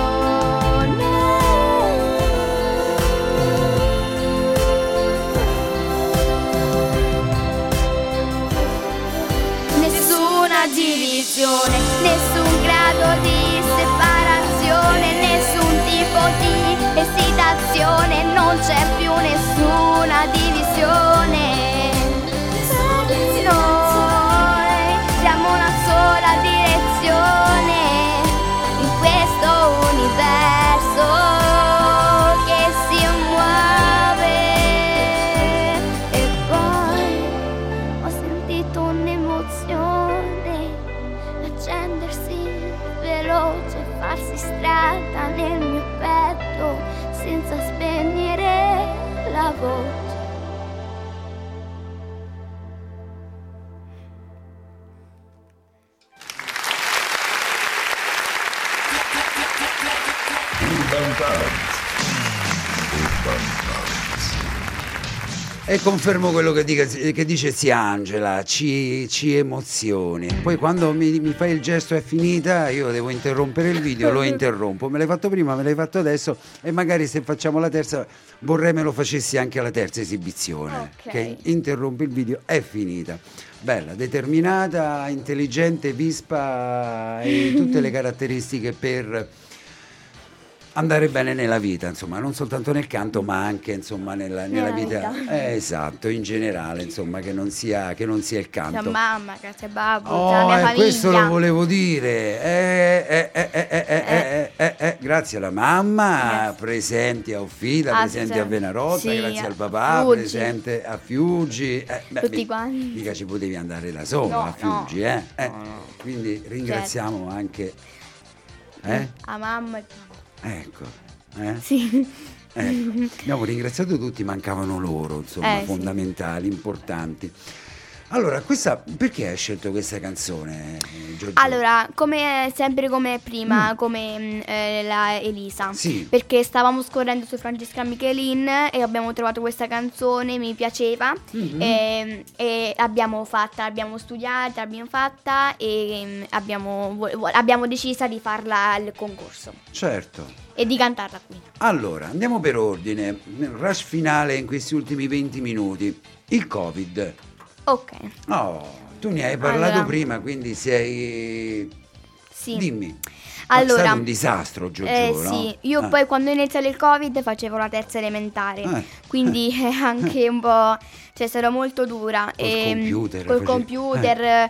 Nessuna divisione, nessun grado di separazione, nessun tipo di esitazione, non c'è più nessuna divisione. Tra di noi siamo una sola direzione in questo universo che si muove. E poi ho sentito un'emozione accendersi veloce, farsi strada nel mio petto senza spegnere la voce. E confermo quello che, dica, che dice zia Angela, ci, ci emozioni. Poi quando mi, mi fai il gesto è finita, io devo interrompere il video, lo interrompo. Me l'hai fatto prima, me l'hai fatto adesso, e magari se facciamo la terza vorrei me lo facessi anche alla terza esibizione. Ok. Che interrompi il video, è finita. Bella, determinata, intelligente, vispa e tutte le caratteristiche per andare bene nella vita, insomma, non soltanto nel canto, ma anche, insomma, nella, nella, Nella vita, vita. Eh, esatto, in generale, insomma, che non sia, che non sia il Grazie canto. a mamma, grazie a babbo, Oh, grazie alla mia eh, famiglia. questo lo volevo dire. Eh, eh, eh, eh, eh, eh, eh, eh, eh, grazie alla mamma, Grazie. presenti a Offida, Ah, presenti sì. a Venarotta, Sì, grazie a al papà, Fiuggi. presente a Fiuggi. Eh, beh, Tutti mi- quanti. Mica ci potevi andare da sola No, a Fiuggi, no. eh? Eh, No, no. Quindi ringraziamo anche... Eh? A mamma e papà. Ecco. Eh? Sì. Ecco. Abbiamo ringraziato tutti, mancavano loro, insomma, Eh, sì. fondamentali, importanti. Allora, questa, perché hai scelto questa canzone, eh, Giorgio? Allora, come sempre come prima, come mh, eh, la Elisa. Sì. Perché stavamo scorrendo su Francesca Michelin e abbiamo trovato questa canzone, mi piaceva, Mhm. e, e abbiamo fatta, l'abbiamo studiata, l'abbiamo fatta e mh, abbiamo, vo- vo- abbiamo deciso di farla al concorso Certo. e di cantarla qui. Allora, andiamo per ordine. Rush finale in questi ultimi venti minuti. Il Covid. Ok, Oh, tu ne hai parlato Allora. prima, quindi sei... sì. Dimmi. Allora, è stato un disastro, Giorgio, eh, no? sì, io ah. poi quando è iniziato il Covid facevo la terza elementare, Eh. quindi è anche un po', cioè è stata molto dura. Col e, computer, Col facevi- computer eh.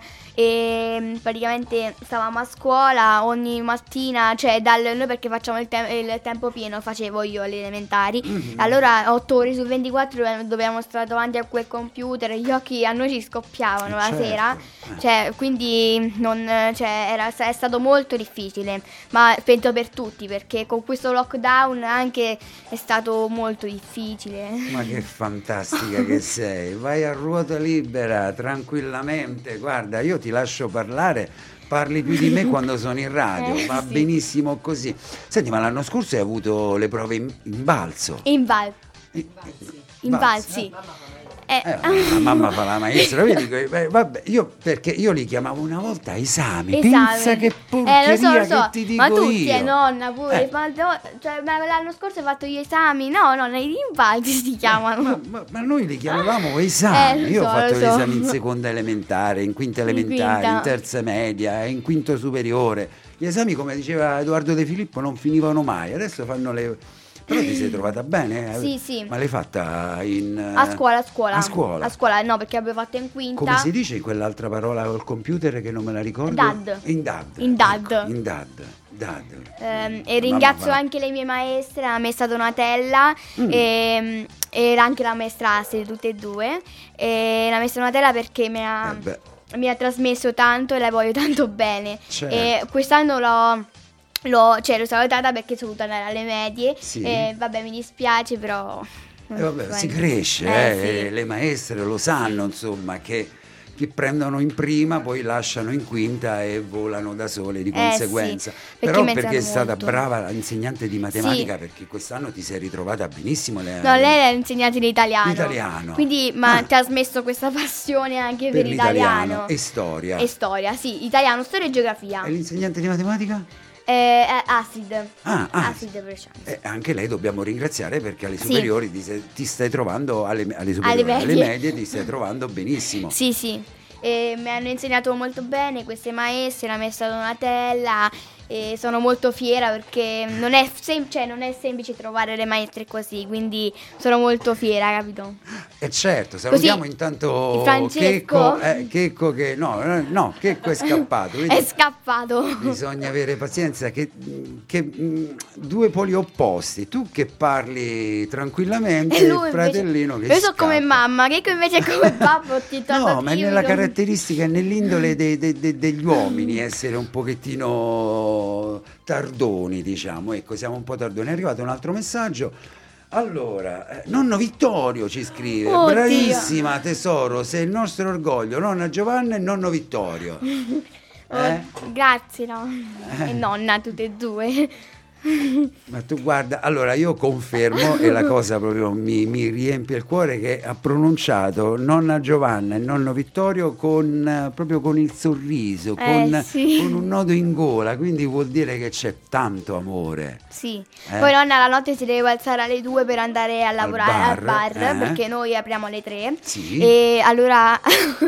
e praticamente stavamo a scuola ogni mattina, cioè dal, noi perché facciamo il, te- il tempo pieno, facevo io alle elementari, Mhm. allora otto ore su ventiquattro dovevamo stare davanti a quel computer, gli occhi a noi ci scoppiavano Eh, la certo. sera, Eh. cioè quindi non, cioè, era, è stato molto difficile, ma penso per tutti, perché con questo lockdown anche è stato molto difficile. Ma che fantastica che sei, vai a ruota libera, tranquillamente, guarda, io ti lascio parlare, parli più di me quando sono in radio, Eh, va sì. benissimo così. Senti, ma l'anno scorso hai avuto le prove in, in balzo? In Val, In, in Val, sì. Eh, Eh, la mamma fa la maestra, vedi, che- beh, vabbè, io perché io li chiamavo una volta esami, pensa che porcheria eh, lo so, lo so. che ti dico ma tutti, io. eh, nonna pure, Eh. ma, no, cioè, ma l'anno scorso hai fatto gli esami, no, no, nei rimbalzi si chiamano. Ma, ma- ma noi li chiamavamo esami. Eh, lo Io so, ho fatto lo gli so. esami in seconda elementare, in quinta In elementare, quinta. in terza media, in quinto superiore. Gli esami, come diceva Edoardo De Filippo, non finivano mai. Adesso fanno le. Però ti sei trovata bene? eh? Sì, sì. Ma l'hai fatta in. A scuola, a scuola. A scuola. A scuola, no, perché avevo fatto in quinta. Come si dice quell'altra parola col computer che non me la ricordo? Dad. In dad. In dad. Ecco, in dad. Dad. Ehm, e Mamma ringrazio va. anche le mie maestre, la maestra Donatella Mm. e, e anche la maestra Astrid, tutte e due. E la maestra Donatella perché mi ha, Eh beh. mi ha trasmesso tanto e la voglio tanto bene. Certo. E quest'anno l'ho, l'ho, cioè, l'ho salutata perché sono dovuta andare alle medie. Sì. E vabbè, mi dispiace, però. Eh, vabbè, si Quindi- cresce, eh, eh, sì. le maestre lo sanno, insomma, che, che prendono in prima, poi lasciano in quinta e volano da sole di Eh, conseguenza. sì, perché Però mi ha perché è insegnato stata molto. brava insegnante di matematica, Sì. perché quest'anno ti sei ritrovata benissimo. Le, No, lei l'ha insegnato in italiano. L'italiano. Quindi mi ha Ah. trasmesso questa passione anche per, per l'italiano l'italiano. e storia. E storia, sì, italiano, storia e geografia. E l'insegnante di matematica? Eh, eh, acid. Ah, ah. Acid Bresciano. Eh, anche lei dobbiamo ringraziare perché alle Sì. superiori ti, sei- ti stai trovando alle, alle superiori, Alle alle medie. medie ti stai trovando benissimo. Sì, sì. E mi hanno insegnato molto bene queste maestre, la maestra Donatella, e sono molto fiera perché non è, sem- cioè, non è semplice trovare le maestre così, quindi sono molto fiera, capito? E certo, salutiamo Così, intanto Francesco. Checco, eh, Checco che no, eh, no, Checco è scappato. vedi? È scappato. Bisogna avere pazienza che, che mh, due poli opposti, tu che parli tranquillamente E e il lui invece- fratellino che Io sono come scappa. mamma, che invece è come papà, ti No, ma è nella caratteristica, è nell'indole dei- dei- dei- degli uomini essere un pochettino tardoni, diciamo. Ecco, siamo un po' tardoni. È arrivato un altro messaggio. Allora, eh, nonno Vittorio ci scrive: Oddio. bravissima tesoro, sei il nostro orgoglio, nonna Giovanna e nonno Vittorio. Eh? Grazie, no. E nonna, tutte e due. Ma tu guarda, allora io confermo e la cosa proprio mi, mi riempie il cuore che ha pronunciato nonna Giovanna e nonno Vittorio con eh, proprio con il sorriso, Eh, con, sì. con un nodo in gola, quindi vuol dire che c'è tanto amore. Sì. Eh? Poi nonna la notte si deve alzare alle due per andare a lavorare al bar, bar, eh? perché noi apriamo alle tre. Sì. E allora,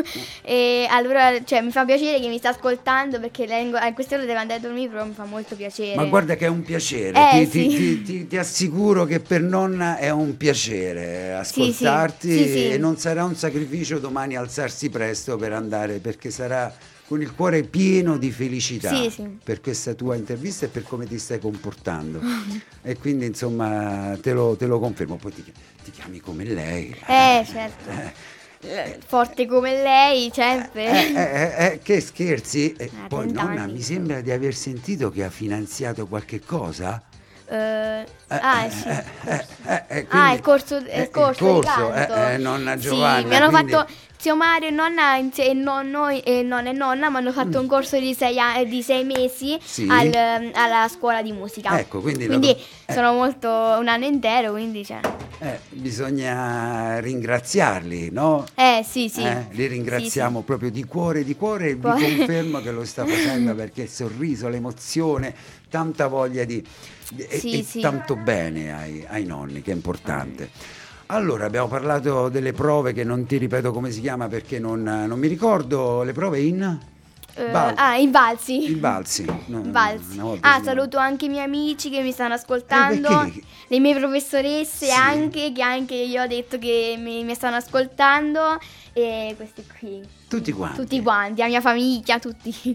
e allora cioè, mi fa piacere che mi sta ascoltando perché lei a queste ore deve andare a dormire, però mi fa molto piacere. Ma guarda che è un piacere, Eh, ti, ti- sì. ti- ti- ti assicuro che per nonna è un piacere ascoltarti Sì, sì, sì, sì. e non sarà un sacrificio domani alzarsi presto per andare, perché sarà con il cuore pieno di felicità Sì, sì. per questa tua intervista e per come ti stai comportando. E quindi insomma te lo, te lo confermo, poi ti, ti chiami come lei. Eh, certo. Eh, Forte come lei, sempre. Eh, eh, eh, che scherzi? E Ah, poi trenta nonna, anni. mi sembra di aver sentito che ha finanziato qualche cosa. Eh, Eh, ah, eh, sì. eh, eh, eh, eh, Ah, quindi- il corso, il eh, corso, il di corso, canto. eh, eh, nonna Giovanna. Sì, mi hanno quindi- fatto zio Mario e nonna insie- e nonno e nonna e nonna mi hanno fatto un corso di sei, a- di sei mesi Mm. Sì. al, ehm, alla scuola di musica. Ecco, quindi la Quindi do- eh. sono molto un anno intero, quindi cioè. eh, bisogna ringraziarli, no? Eh sì, sì. Eh, li ringraziamo Sì, proprio di cuore, di cuore, e vi Poi- confermo che lo sta facendo perché il sorriso, l'emozione, tanta voglia di, di- e- Sì, e sì. tanto bene ai, ai nonni, che è importante. Allora, abbiamo parlato delle prove che non ti ripeto come si chiama perché non, non mi ricordo, le prove in... Uh, Val- ah, in Valsi. In Valsi. No, Valsi. volta Ah, si saluto anche i miei amichi che mi stanno ascoltando, Eh, perché? le mie professoresse Sì. anche, che anche io ho detto che mi, mi stanno ascoltando, e questi qui. Tutti quanti. Tutti quanti, la mia famiglia, tutti.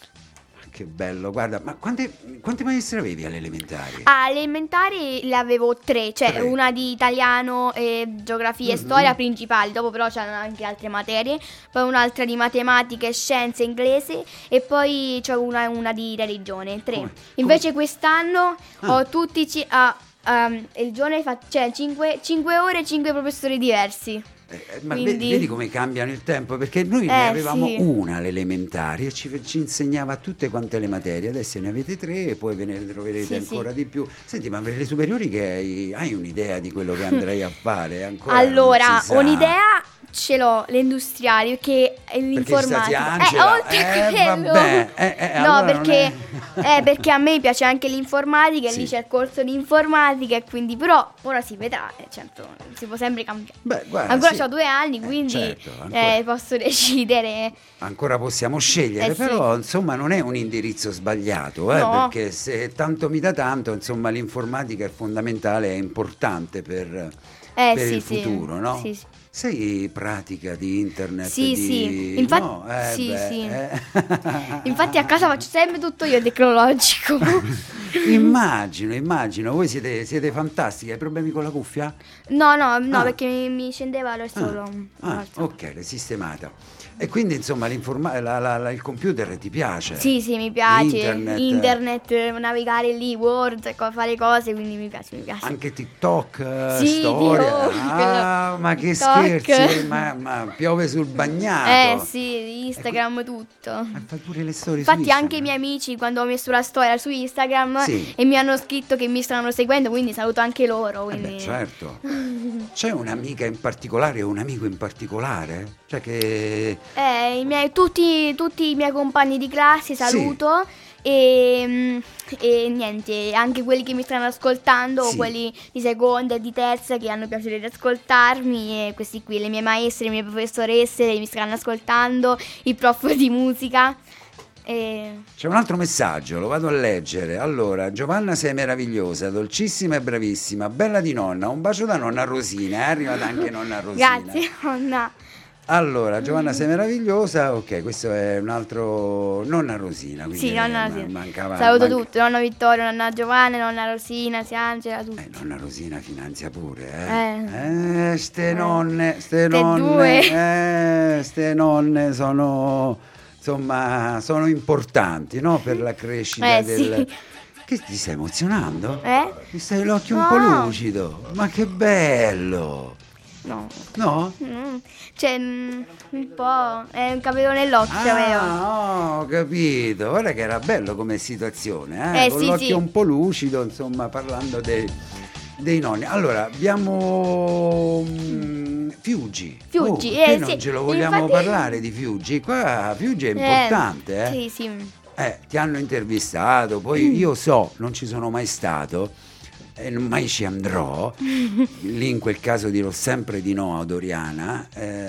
Che bello, guarda, ma quante, quante maestre avevi alle elementari? Alle elementari le avevo tre, cioè Tre. una di italiano, e geografia e Mhm. storia principali, dopo però c'erano anche altre materie, poi un'altra di matematica e scienze inglese, e poi c'è una, una di religione, tre. Come? Invece quest'anno Ah. ho tutti, ci- ah, um, il giorno fa, cioè cinque ore e cinque professori diversi. Eh, eh, ma ve- Quindi- vedi come cambiano il tempo, perché noi Eh, ne avevamo sì. una alle elementari e ci, ci insegnava tutte quante le materie, adesso ne avete tre e poi ve ne troverete Sì, ancora sì. di più. Senti, ma per le superiori che hai, hai un'idea di quello che andrei a fare? Ancora Allora, non si sa. un'idea ce l'ho, le industriali, perché è Perché l'informatica. stati Angela, oltre a eh, quello. vabbè, eh, eh, no, allora non perché, è- eh, perché a me piace anche l'informatica, e Sì. lì c'è il corso di informatica, e quindi però ora si vedrà, eh, certo, si può sempre cambiare. Beh, guarda, Ancora sì. ho due anni, Eh, quindi certo, ancora. eh, posso decidere. Ancora possiamo scegliere, Eh, sì. però insomma non è un indirizzo sbagliato, eh, No. perché se tanto mi dà tanto, insomma l'informatica è fondamentale, è importante per, Eh, per sì, il sì. futuro, no? Sì, sì. Sei pratica di internet? Sì, di... sì. Infatti- no? Eh, sì, beh, sì. eh. Infatti a casa faccio sempre tutto io tecnologico. Immagino, immagino, voi siete, siete fantastici, hai problemi con la cuffia? No, no, no, Ah. perché mi, mi scendeva lo solo. Ah, l'altro. ok, l'hai sistemata. E quindi insomma l'informa- la- la- la- il computer ti piace? Sì, sì, mi piace. Internet. Internet, eh, navigare lì, Word, co- fare cose, quindi mi piace, mi piace. Anche TikTok, eh, Sì, storia. Dio, Ah, ma che TikTok. scherzi, ma, ma piove sul bagnato. Eh sì, Instagram, tutto. Ma fai pure le storie su Infatti anche i Instagram? miei amici, quando ho messo la storia su Instagram, Sì. e mi hanno scritto che mi stanno seguendo, quindi saluto anche loro. Eh Quindi... beh, certo. C'è un'amica in particolare o un amico in particolare? Cioè che... Eh, i miei- tutti, tutti i miei compagni di classe saluto. E, mm, e niente, anche quelli che mi stanno ascoltando, Sì. quelli di seconda e di terza che hanno piacere di ascoltarmi, e questi qui, le mie maestre, le mie professoresse che mi stanno ascoltando, il prof di musica. E... C'è un altro messaggio, lo vado a leggere. Allora, Giovanna sei meravigliosa, dolcissima e bravissima, bella di nonna, un bacio da nonna Rosina, è arrivata anche nonna Rosina. Grazie, nonna. Allora, Giovanna sei meravigliosa, ok, questo è un altro, nonna Rosina. Quindi Sì, nonna eh, Rosina. mancava- Saluto manca- tutti, nonna Vittoria, nonna Giovanna, nonna Rosina, zia Angela, tutti. Eh, nonna Rosina finanzia pure, eh. Eh. Eh, ste nonne, ste Ste nonne, due. eh, ste nonne sono, insomma, sono importanti, no? Per la crescita Eh, del... sì. Che ti stai emozionando? Eh? Mi stai l'occhio un No. po' lucido, ma che bello! No. No? Mm, Cioè, mm, un po'. È un capello nell'occhio, vero? Ah, ho capito. Guarda che era bello come situazione, eh? Eh, Con sì, l'occhio sì. un po' lucido, insomma, parlando dei, dei nonni. Allora, abbiamo mm, Fiuggi. Fiuggi, oh, eh, che non sì. ce lo vogliamo Infatti- parlare di Fiuggi? Qua Fiuggi è importante, eh? Sì, sì. Eh, ti hanno intervistato, poi io so, non ci sono mai stato e non mai ci andrò. Lì in quel caso dirò sempre di no ad Oriana.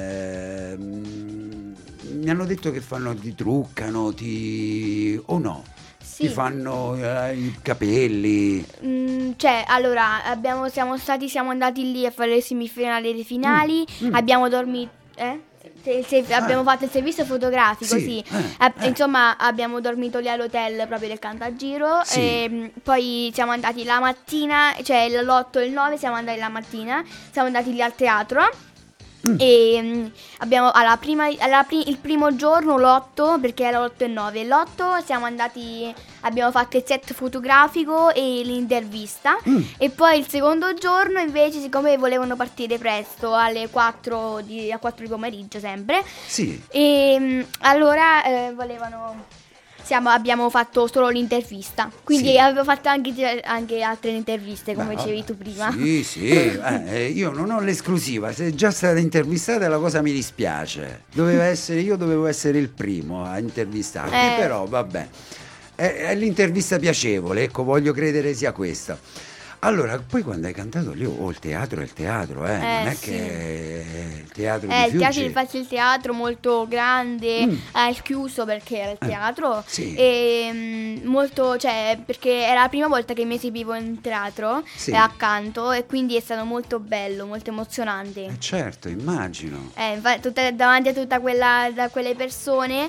Ehm, mi hanno detto che fanno, ti truccano, ti... o no? Sì. Ti fanno eh, i capelli. Mm, cioè, allora, abbiamo, siamo stati, siamo andati lì a fare le semifinali e le finali. Mm, mm. Abbiamo dormito. Eh? Se- se- Ah. Abbiamo fatto il servizio fotografico, Sì, sì. eh, Ab- eh. Insomma, abbiamo dormito lì all'hotel proprio del Cantagiro. Sì. E mm, poi siamo andati la mattina, cioè l'otto e il nove siamo andati la mattina. Siamo andati lì al teatro. Mm. E mm, abbiamo alla prima, alla pri- il primo giorno l'otto, perché era l'otto e nove. L'otto siamo andati, abbiamo fatto il set fotografico e l'intervista. Mm. E poi il secondo giorno invece, siccome volevano partire presto alle quattro di, a quattro di pomeriggio sempre, Sì. e mm, allora eh, volevano siamo, abbiamo fatto solo l'intervista. Quindi Sì. avevo fatto anche, anche altre interviste, come Beh, dicevi tu prima. Sì, sì, eh, eh, io non ho l'esclusiva, se è già stata intervistata la cosa mi dispiace. Doveva essere, io dovevo essere il primo a intervistarti, Eh. però vabbè. È, è l'intervista piacevole, ecco, voglio credere sia questa. Allora, poi quando hai cantato lì, oh, il teatro è il teatro, eh, Eh, non è sì. che è il teatro Eh, di il teatro, Fiuggi. infatti il teatro molto grande, Mm. al chiuso perché era il Eh, teatro, sì. e mm, molto, cioè, perché era la prima volta che mi esibivo in teatro, Sì. eh, accanto, e quindi è stato molto bello, molto emozionante. Eh, certo, immagino. Eh, infa- tutta- davanti a tutta quella, da quelle persone,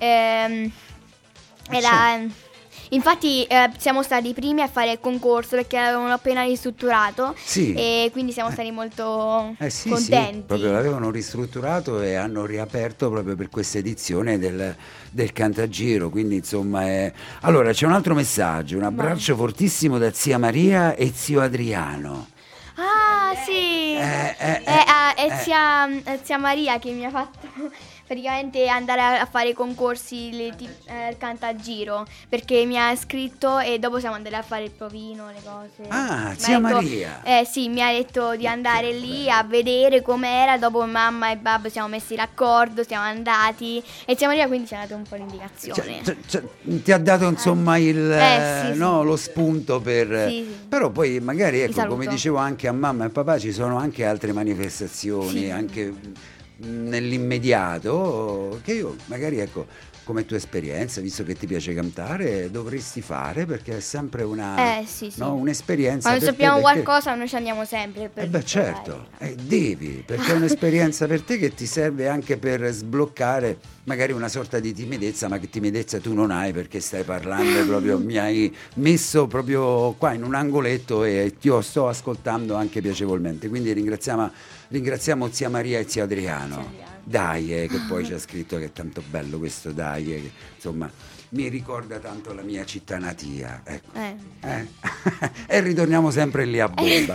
ehm, Eh, era... Infatti eh, siamo stati i primi a fare il concorso perché l'avevano appena ristrutturato, Sì. e quindi siamo stati molto Eh sì, sì, contenti. proprio l'avevano ristrutturato e hanno riaperto proprio per questa edizione del, del Cantagiro, quindi insomma è... Allora c'è un altro messaggio, un abbraccio fortissimo da zia Maria e zio Adriano. Ah, sì! Eh, eh, è, ah, eh, è eh. zia, è zia Maria che mi ha fatto praticamente andare a, a fare i concorsi le, ti- eh, il Cantagiro, perché mi ha iscritto e dopo siamo andati a fare il provino, le cose. Ah, Mi ha zia detto- Maria. Eh sì, mi ha detto di andare lì a vedere com'era, dopo mamma e babbo siamo messi d'accordo, siamo andati, e zia Maria quindi ci ha dato un po' l'indicazione. Cioè, cioè, cioè, ti ha dato insomma il, Eh, sì, sì. no, lo spunto per... Sì, sì. Però poi magari, ecco, saluto. come dicevo anche a mamma e papà, ci sono anche altre manifestazioni, Sì. anche mh, nell'immediato, che io magari, ecco, come tua esperienza, visto che ti piace cantare, dovresti fare, perché è sempre una, Eh, sì, sì. no, un'esperienza Quando per te, sappiamo perché- qualcosa noi ci andiamo sempre per Eh beh, provare. certo, eh, devi, perché è un'esperienza per te che ti serve anche per sbloccare magari una sorta di timidezza, ma che timidezza tu non hai, perché stai parlando proprio, mi hai messo proprio qua in un angoletto e ti sto ascoltando anche piacevolmente. Quindi ringraziamo, ringraziamo zia Maria e zio Adriano. Zio Adriano. Dai, eh, che poi c'è scritto che è tanto bello questo Dai, eh, che, insomma, mi ricorda tanto la mia città natia. Ecco. Eh. Eh? E ritorniamo sempre lì a bomba.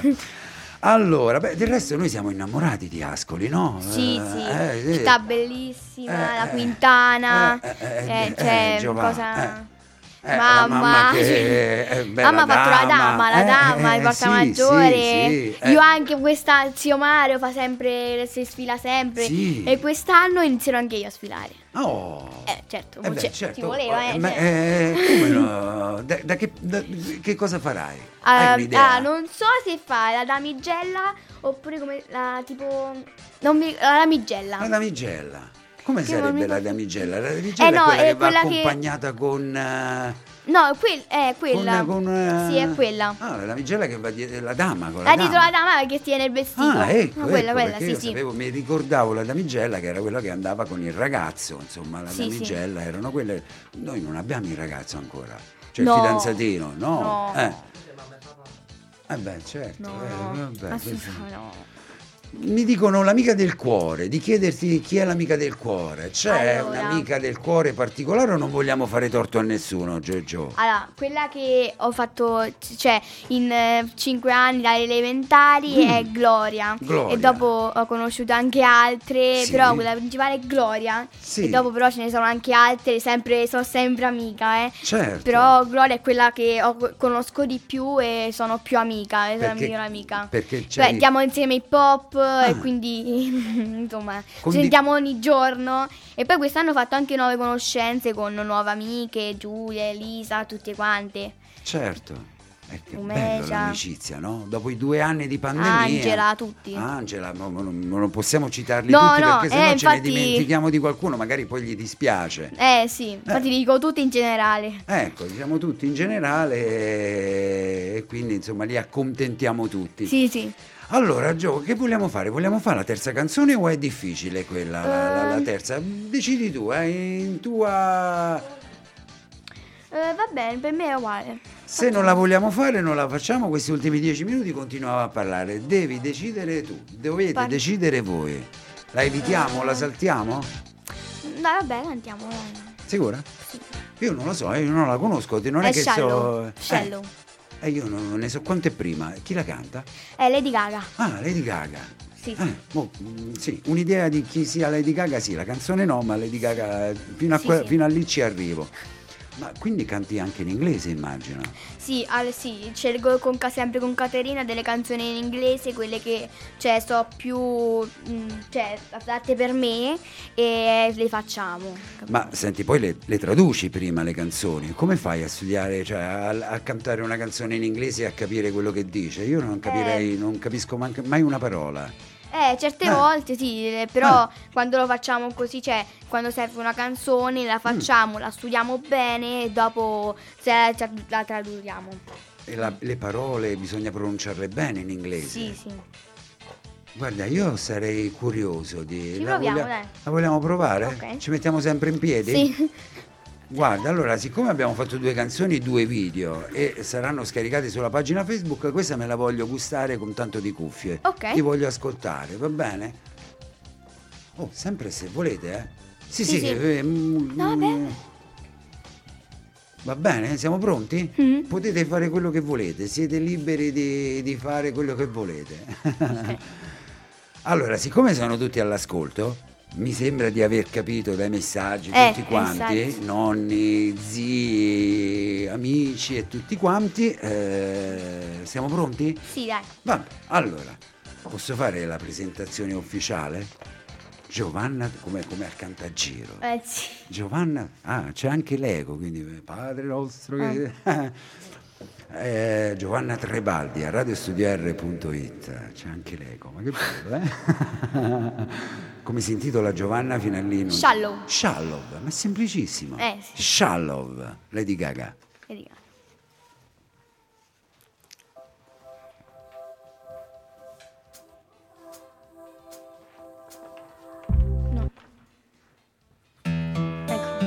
Allora, beh, del resto noi siamo innamorati di Ascoli, no? Sì, Eh, sì, eh, sì. città bellissima, Eh, la eh, Quintana, eh, eh, eh, eh, c'è eh, Giovanni, cosa... eh. Eh, la mamma che sì. è bella Mamma ha fatto la dama, la eh, dama, eh, il porta sì, maggiore. sì, sì, eh. Io anche questa, zio Mario fa sempre, si sfila sempre. Sì. E quest'anno inizierò anche io a sfilare. Oh. Eh, certo, Eh beh, cioè, certo. ci voleva, eh. Ma, cioè. eh, come no? Da, da che, da- che cosa farai? Ah, Hai un'idea? ah, non so se fa la damigella oppure come la tipo... Non mi, la damigella. La damigella. Come Che non sarebbe mi la ricordo. damigella? La damigella Eh, no, è quella è che va quella che- accompagnata con... eh, No, quel, è quella. Con, con, eh, Sì, è quella. Ah, la damigella che va dietro la dama con la La dietro dama. la dama che tiene il vestito. Ah, ecco, No, quella, ecco, quella, perché sì, io sì. sapevo, mi ricordavo la damigella che era quella che andava con il ragazzo, insomma, la Sì, damigella erano quelle. Noi non abbiamo il ragazzo ancora. Cioè No. il fidanzatino, no? No. Eh. Eh beh, certo. No, eh, no, vabbè, assolutamente questo- no. Mi dicono l'amica del cuore, di chiederti chi è l'amica del cuore. C'è Allora. un'amica del cuore particolare o non vogliamo fare torto a nessuno, Giorgio? Allora, quella che ho fatto, cioè, in eh, cinque anni dalle elementari Mm. è Gloria. Gloria. E dopo ho conosciuto anche altre, Sì. però quella principale è Gloria. Sì. E dopo però ce ne sono anche altre, sempre, sono sempre amica, eh. Certo. Però Gloria è quella che ho- conosco di più e sono più amica, è la Perché- mia migliore amica. perché Cioè, c'hai- diamo insieme hip hop Ah. e quindi insomma Condi- ci sentiamo ogni giorno. E poi quest'anno ho fatto anche nuove conoscenze con nuove amiche, Giulia, Elisa, tutte quante. Certo. È che Umecia. bello l'amicizia, no? Dopo i due anni di pandemia. Angela, tutti. Angela, ma- ma non non possiamo citarli No, tutti no, perché sennò eh, ce ne infatti- dimentichiamo di qualcuno, magari poi gli dispiace. Eh sì, infatti li dico tutte in generale. Ecco, diciamo tutti in generale e- e quindi insomma li accontentiamo tutti. Sì, sì. Allora, Gio, che vogliamo fare? Vogliamo fare la terza canzone o è difficile quella, la, la- la Ehm. terza? Decidi tu, eh, in tua... Eh, va bene, per me è uguale. Se non la vogliamo fare, non la facciamo. Questi ultimi dieci minuti continuiamo a parlare. Devi decidere tu, dovete Parli. decidere voi. La evitiamo, la saltiamo? Dai, vabbè, cantiamo. Dai. Sicura? Io non lo so, io non la conosco, non è, È che Shallow. so... Shallow. Eh, io non ne so quanto è prima. Chi la canta? È Lady Gaga. Ah, Lady Gaga. Sì. Eh, boh, mm, sì, un'idea di chi sia Lady Gaga, sì, la canzone no, ma Lady Gaga, fino a, Sì, que- sì. fino a lì ci arrivo. Ma quindi canti anche in inglese, immagino? Sì, al, sì, scelgo con, sempre con Caterina delle canzoni in inglese, quelle che cioè, so più mh, cioè, adatte per me, e le facciamo. Ma senti, poi le, le traduci prima le canzoni? Come fai a studiare, cioè a, a cantare una canzone in inglese e a capire quello che dice? Io non capirei, eh. non capisco manca, mai una parola. Eh, certe ah. volte sì, però ah. quando lo facciamo così, cioè quando serve una canzone la facciamo, mm. la studiamo bene e dopo se la, la traduciamo. E la, le parole bisogna pronunciarle bene in inglese? Sì, sì. Guarda, io sarei curioso di... Ci la proviamo, voglia... dai. La vogliamo provare? Okay. Ci mettiamo sempre in piedi? Sì. Guarda, allora, siccome abbiamo fatto due canzoni, due video e saranno scaricati sulla pagina Facebook, questa me la voglio gustare con tanto di cuffie. Ok. Ti voglio ascoltare, va bene? Oh, sempre se volete, eh? Sì, sì. sì, sì. Eh, mm, no, va bene. Va bene, siamo pronti? Mm. Potete fare quello che volete, siete liberi di, di fare quello che volete. Okay. Allora, siccome sono tutti all'ascolto, mi sembra di aver capito dai messaggi eh, tutti quanti, esatto. Nonni, zii, amici e tutti quanti, eh, siamo pronti? Sì, dai. Vabbè, allora, posso fare la presentazione ufficiale? Giovanna, come, come al Cantagiro. Eh sì. Giovanna, ah, c'è anche l'eco, quindi Padre nostro che... Ah. Eh, Giovanna Trebaldi a radiostudior punto it, c'è anche l'eco, ma che bello, eh? Come si intitola Giovanna fino a lì? Non... Shallow. Shallow, ma è semplicissimo. Eh, sì. Shallow, Lady Gaga. Lady Gaga. No. Ecco.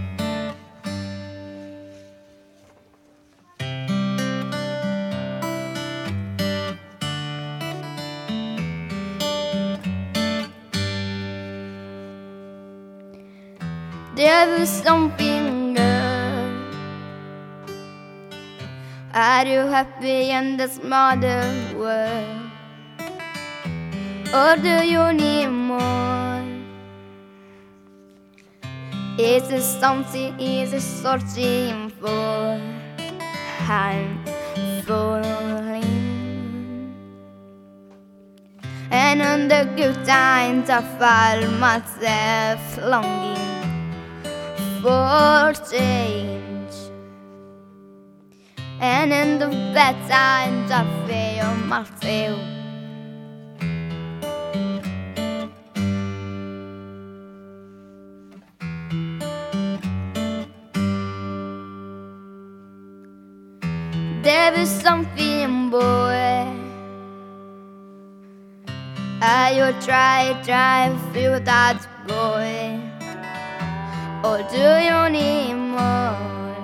There was something, girl. Are you happy in this modern world? Or do you need more? Is it something is it searching for? I'm falling. And on the good times I find myself longing for change, and in the bad times I feel myself. There is something, boy. I will try, try to feel that, boy. Or do you need more?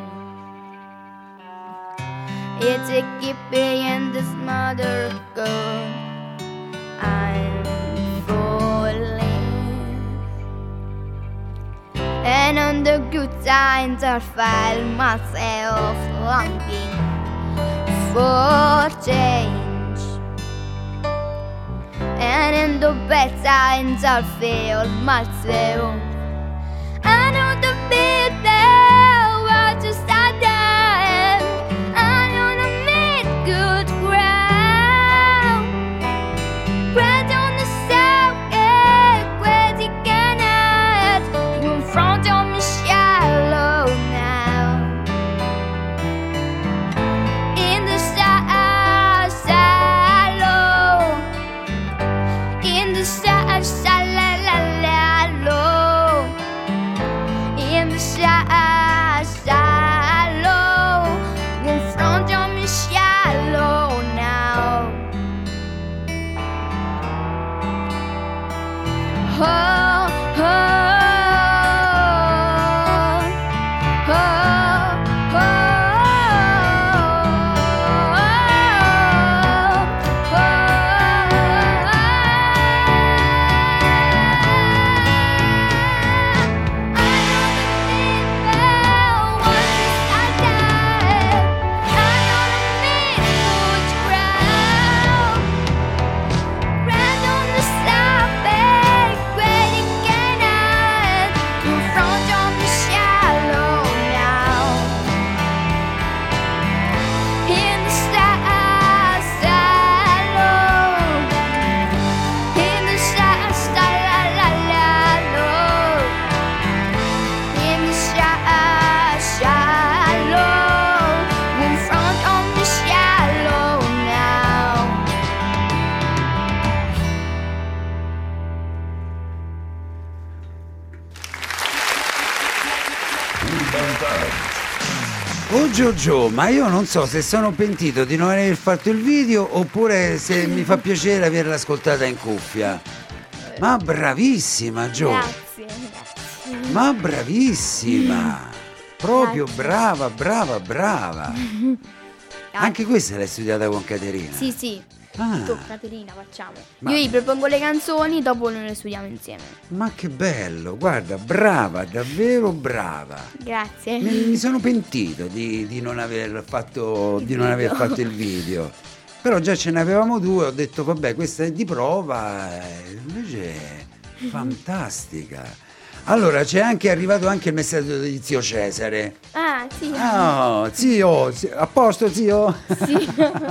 It's a keeping in this mother girl. I'm falling, and on the good times I find myself longing for change, and in the bad times I feel myself. I know the people want to start them. I know to make good ground. Bread on the south, where you cannot. You in front of me shallow now. In the shallow, shallow. In the shallow, shallow. Shallow, shallow, in front of me shallow now. Oh, oh, oh, oh, oh, oh. Oh Giorgio, ma io non so se sono pentito di non aver fatto il video oppure se mi fa piacere averla ascoltata in cuffia. Ma bravissima Gio. Grazie, grazie. Ma bravissima. Proprio Grazie. brava, brava, brava. Anche questa l'hai studiata con Caterina? Sì, sì. Ah. Tu, Caterina, facciamo. Ma- Io gli propongo le canzoni, dopo noi le studiamo insieme. Ma che bello, guarda, brava, davvero brava. Grazie. Mi, mi sono pentito di, di non aver fatto Il di non aver video. fatto il video. Però già ce ne avevamo due, ho detto vabbè, questa è di prova, eh, invece è fantastica. Allora, c'è anche arrivato anche il messaggio di zio Cesare. Ah, sì. Ah, zio, zi- a posto zio? Sì.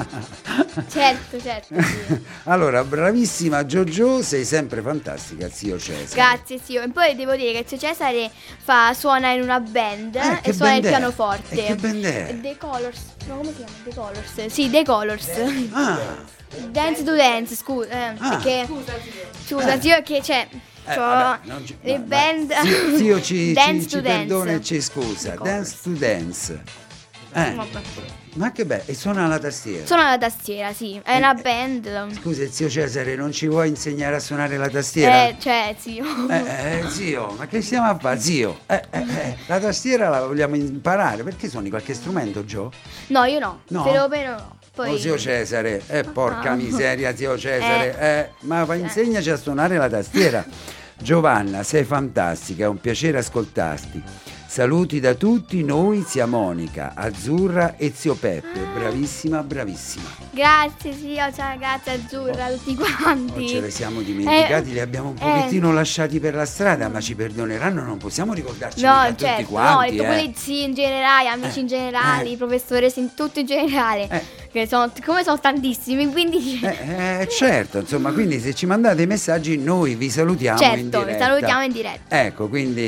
certo, certo. Sì. Allora, bravissima Giorgio, sei sempre fantastica, zio Cesare. Grazie, zio. E poi devo dire che zio Cesare fa, suona in una band Eh, che e suona band il è? pianoforte. E che band è? The Colors. No, come si chiama? The Colors. Sì, The Colors. Ah, Dance to Dance, scusa. Eh, Ah. perché. Scusa, zio, che c'è. Eh, c'ho vabbè, non ci- le va- va. band. Zio, zio ci, Dance ci, to ci Dance. perdona e ci scusa. The Dance Colors. to Dance. Eh, Vabbè. ma che bello, e suona la tastiera. Suona la tastiera, sì. È Eh, una eh, band. Scusa, zio Cesare, non ci vuoi insegnare a suonare la tastiera? Eh, cioè, zio. Eh, eh, zio, ma che stiamo a fare, zio? Eh, eh, eh, la tastiera la vogliamo imparare, perché suoni qualche strumento, Gio? No, io no. No? Se lo però no. Poi. Oh, zio Cesare, eh, porca Ah. miseria, zio Cesare, eh, ma fa- insegnaci a suonare la tastiera. Giovanna, sei fantastica, è un piacere ascoltarti. Saluti da tutti, noi zia Monica, Azzurra e zio Peppe, bravissima, bravissima. Grazie, zio. Ciao, grazie Azzurra, a tutti quanti. Oh, ce le siamo dimenticati, Eh, li abbiamo un eh. pochettino lasciati per la strada, ma ci perdoneranno, non possiamo ricordarci No, tutti certo, no, quanti, ho detto eh. quelli sì in generale, amici Eh, in generale, eh. i professori in tutto in generale, Eh. che sono, come sono tantissimi, quindi Eh, eh, certo, insomma, quindi se ci mandate i messaggi noi vi salutiamo in certo, vi diretta. salutiamo in diretta. Ecco,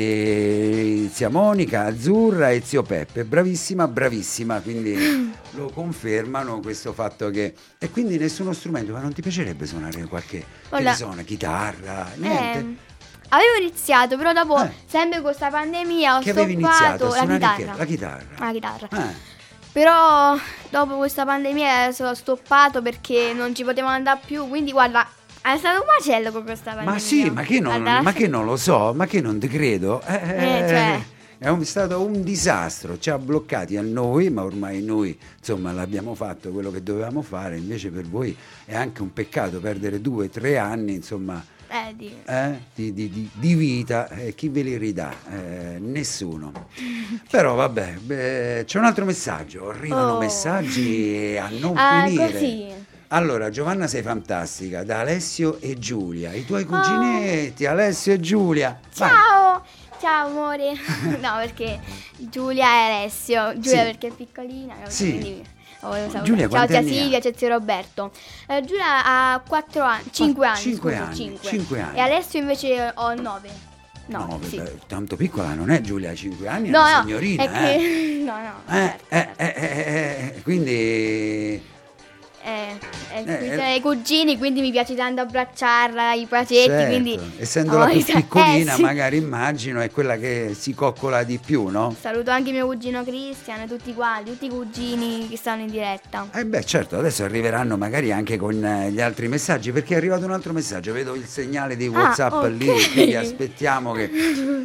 quindi zia Monica, Azzurra e zio Peppe, bravissima, bravissima, quindi lo confermano questo fatto che... E quindi nessuno strumento, ma non ti piacerebbe suonare qualche... Che Guarda- ne so, una chitarra, niente? Eh, avevo iniziato, però dopo, Eh. sempre con questa pandemia, ho Che avevi iniziato stoppato a la suonare chitarra. che? La chitarra. La chitarra. Eh. Però dopo questa pandemia ho stoppato perché non ci potevo andare più, quindi guarda, è stato un macello con questa pandemia. Ma sì, ma che, non, Guarda, ma che non lo so, ma che non ti credo. Eh, Eh, cioè. È un- stato un disastro, ci ha bloccati a noi, ma ormai noi insomma l'abbiamo fatto quello che dovevamo fare, invece per voi è anche un peccato perdere due, tre anni, insomma, Eh, di... eh, di, di- di- di vita, eh, chi ve li ridà? Eh, nessuno. Però vabbè, beh, c'è un altro messaggio, arrivano Oh. messaggi a non Ah, finire. così. Allora, Giovanna sei fantastica, da Alessio e Giulia, i Oh. tuoi cuginetti, Alessio e Giulia. Vai. Ciao! Ciao amore! No, perché Giulia e Alessio. Giulia Sì. perché è piccolina. Sì. quindi la volevo salutare. Giulia, Ciao quanti zia anni ha? Silvia, c'è zio Roberto. Eh, Giulia ha quattro anni, cinque anni. cinque scusa, anni, cinque. cinque anni. E Alessio invece ho nove. No, No, sì. beh, tanto piccola non è Giulia, ha cinque anni, No, è una no, signorina. è che... eh. No, no, Eh, certo, eh, certo. eh, eh, eh, quindi Eh, eh, Eh, qui eh. sono i cugini, quindi mi piace tanto abbracciarla, i bacetti, certo, quindi... essendo Oh, la più esatto. piccolina, Eh, sì. magari immagino è quella che si coccola di più, no? Saluto anche mio cugino Cristian e tutti quanti, tutti i cugini che stanno in diretta. Eh beh, certo, adesso arriveranno magari anche con eh, gli altri messaggi, perché è arrivato un altro messaggio, vedo il segnale di WhatsApp ok. lì, quindi aspettiamo che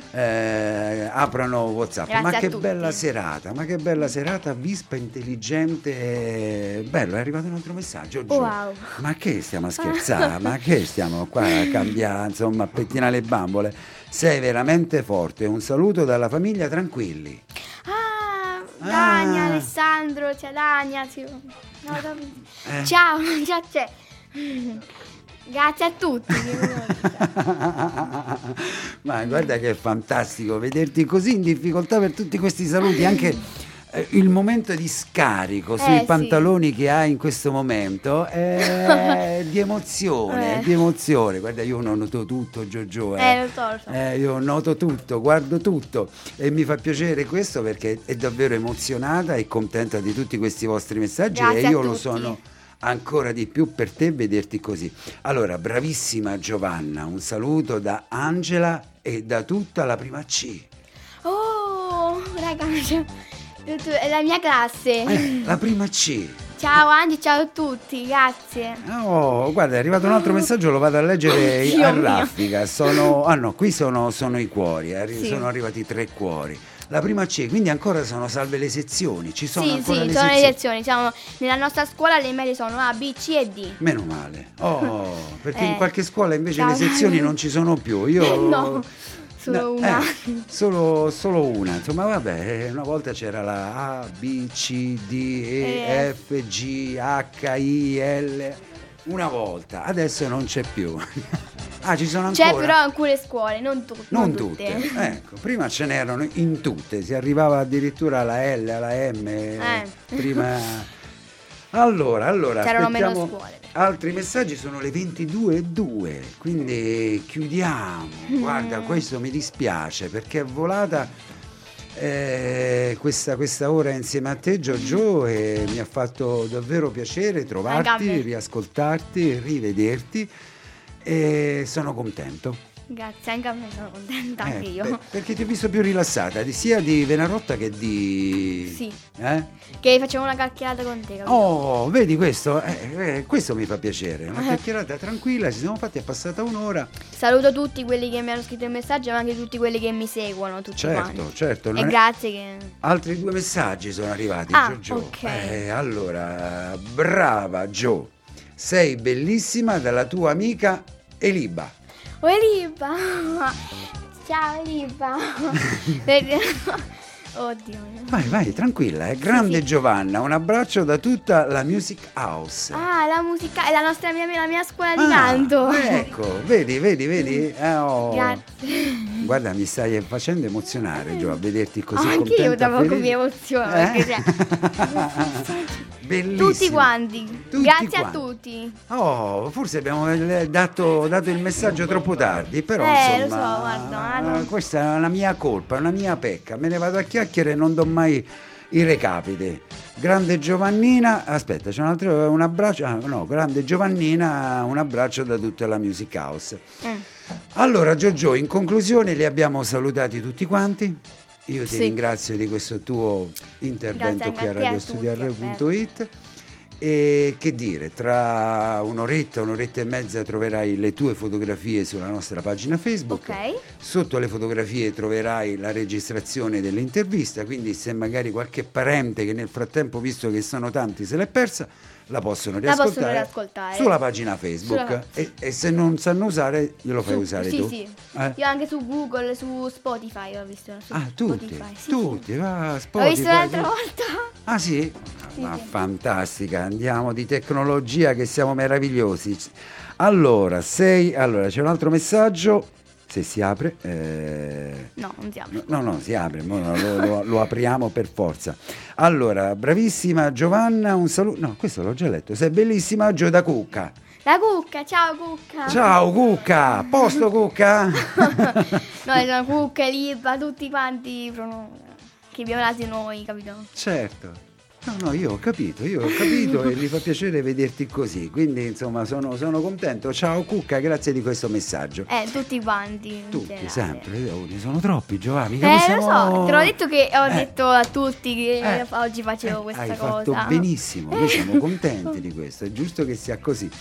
eh, aprano WhatsApp. Grazie Ma a che tutti. bella serata, ma che bella serata, vispa, intelligente, eh, bello, è arrivato un altro messaggio. Gio. Wow. Ma che stiamo a scherzare? Ma che stiamo qua a cambiare, insomma, a pettinare le bambole? Sei veramente forte, un saluto dalla famiglia Tranquilli. Ah, Dania, Ah. Alessandro, ciao Dania. Sì. No, dopo- Eh. Ciao, ciao, ciao. Grazie a tutti. Ma guarda che è fantastico vederti così in difficoltà per tutti questi saluti, anche eh, il momento di scarico sui Eh, sì. pantaloni che hai in questo momento è di emozione, Eh. di emozione. Guarda, io noto tutto, Giorgio. Eh. Eh, lo so, lo so. Eh, io noto tutto, guardo tutto e mi fa piacere questo perché è davvero emozionata e contenta di tutti questi vostri messaggi Grazie e a io lo tutti. sono ancora di più per te vederti così. Allora, bravissima Giovanna, un saluto da Angela e da tutta la prima C. Oh, raga, cioè, È la mia classe. Eh, la prima C. Ciao Angi, ciao a tutti, grazie. Oh, guarda, è arrivato un altro messaggio, lo vado a leggere Dio a mio. raffica. Sono, ah no, qui sono, sono i cuori, eh, Sì. sono arrivati tre cuori. La prima C, quindi ancora sono salve le sezioni, ci sono Sì, ancora sì, le sono le sezioni. lezioni. Diciamo, nella nostra scuola le medie sono A, B, C e D. Meno male. Oh, perché Eh, in qualche scuola invece cavolo. le sezioni non ci sono più. Io No, solo No, una. eh, solo, solo una, insomma, vabbè, una volta c'era la A, B, C, D, E, Eh. F, G, H, I, L. Una volta, adesso non c'è più. Ah, ci sono ancora? C'è però alcune scuole, non, tu- Non non tutte. tutte. Ecco, prima ce n'erano in tutte, si arrivava addirittura alla L, alla M. Eh. Prima. Allora, allora, C'erano meno aspettiamo scuole. altri messaggi, sono le ventidue e due, quindi chiudiamo. Guarda, questo mi dispiace perché è volata eh, questa, questa ora insieme a te, Giorgio, e mi ha fatto davvero piacere Anche a trovarti, me. riascoltarti, rivederti e sono contento. Grazie, anche a me sono contenta, anche Eh, io. per- perché ti ho visto più rilassata, di- sia di Venarotta che di... Sì. Eh? Che facciamo una chiacchierata con te, capito? Oh, vedi questo? Eh, eh, questo mi fa piacere, una chiacchierata tranquilla, ci siamo fatti, è passata un'ora. Saluto tutti quelli che mi hanno scritto il messaggio, ma anche tutti quelli che mi seguono, tutti Certo, quanti. certo. E non è- grazie che... Altri due messaggi sono arrivati, Ah, Giorgio. ok. Eh, allora, brava Gio, sei bellissima dalla tua amica Eliba. Oh Eliba! Ciao Eliba! Oddio. Vai, vai, tranquilla, è grande sì. Giovanna, un abbraccio da tutta la Music House. Ah, la musica è la nostra mia, la mia scuola di Ah, canto. ecco, vedi, vedi, vedi. Eh, oh. Grazie. Guarda, mi stai facendo emozionare, Gio, a vederti così Anche contenta. io da poco felice. mi emoziono, Eh? perché cioè, Bellissimo. tutti quanti. Tutti Grazie a quanti. tutti. Oh, forse abbiamo eh, dato, dato il messaggio troppo tardi, però Eh, lo insomma, so, guarda, no. questa è una mia colpa, è una mia pecca. Me ne vado a chiacchiere e non do mai i recapiti. Grande Giovannina, aspetta, c'è un altro, un abbraccio, ah, no, grande Giovannina, un abbraccio da tutta la Music House. Eh. Allora Giorgio, in conclusione li abbiamo salutati tutti quanti. Io ti Sì. ringrazio di questo tuo intervento Grazie qui a anche a te, a radiostudio tutti, punto it. E che dire, tra un'oretta, un'oretta e mezza troverai le tue fotografie sulla nostra pagina Facebook. Ok. Sotto le fotografie troverai la registrazione dell'intervista, quindi se magari qualche parente che nel frattempo, visto che sono tanti, se l'è persa, la possono La possono riascoltare, riascoltare. sulla pagina Facebook. Sulla- E, e se non sanno usare, glielo fai Su- usare sì, tu. Sì, Eh? Io anche su Google, su Spotify ho visto. Su Ah, tutti, Spotify, sì, tutti, sì. va, L'ho Spotify, visto l'altra tutti. volta. Ah sì? Sì, Ma sì. fantastica, andiamo di tecnologia che siamo meravigliosi. Allora, sei, allora c'è un altro messaggio, se si apre, eh, No, non siamo. no, no, si apre, mo lo, lo- lo apriamo per forza. Allora, bravissima Giovanna, un saluto, no, questo l'ho già letto, sei bellissima Gio da Cucca. La Cucca, ciao Cucca. Ciao Cucca, posto Cucca? No, sono Cucca, Eliba, tutti quanti pronomi che abbiamo dato noi, capito? Certo. No, no, io ho capito, io ho capito e mi fa piacere vederti così, quindi insomma sono, sono contento. Ciao Cucca, grazie di questo messaggio. Eh, tutti quanti. in Tutti, generale. sempre, oh, ne sono troppi Giovanni. Eh, lo so, te l'ho detto che ho Eh. detto a tutti che Eh. oggi facevo Eh, questa hai cosa. fatto benissimo, noi siamo contenti di questo, è giusto che sia così.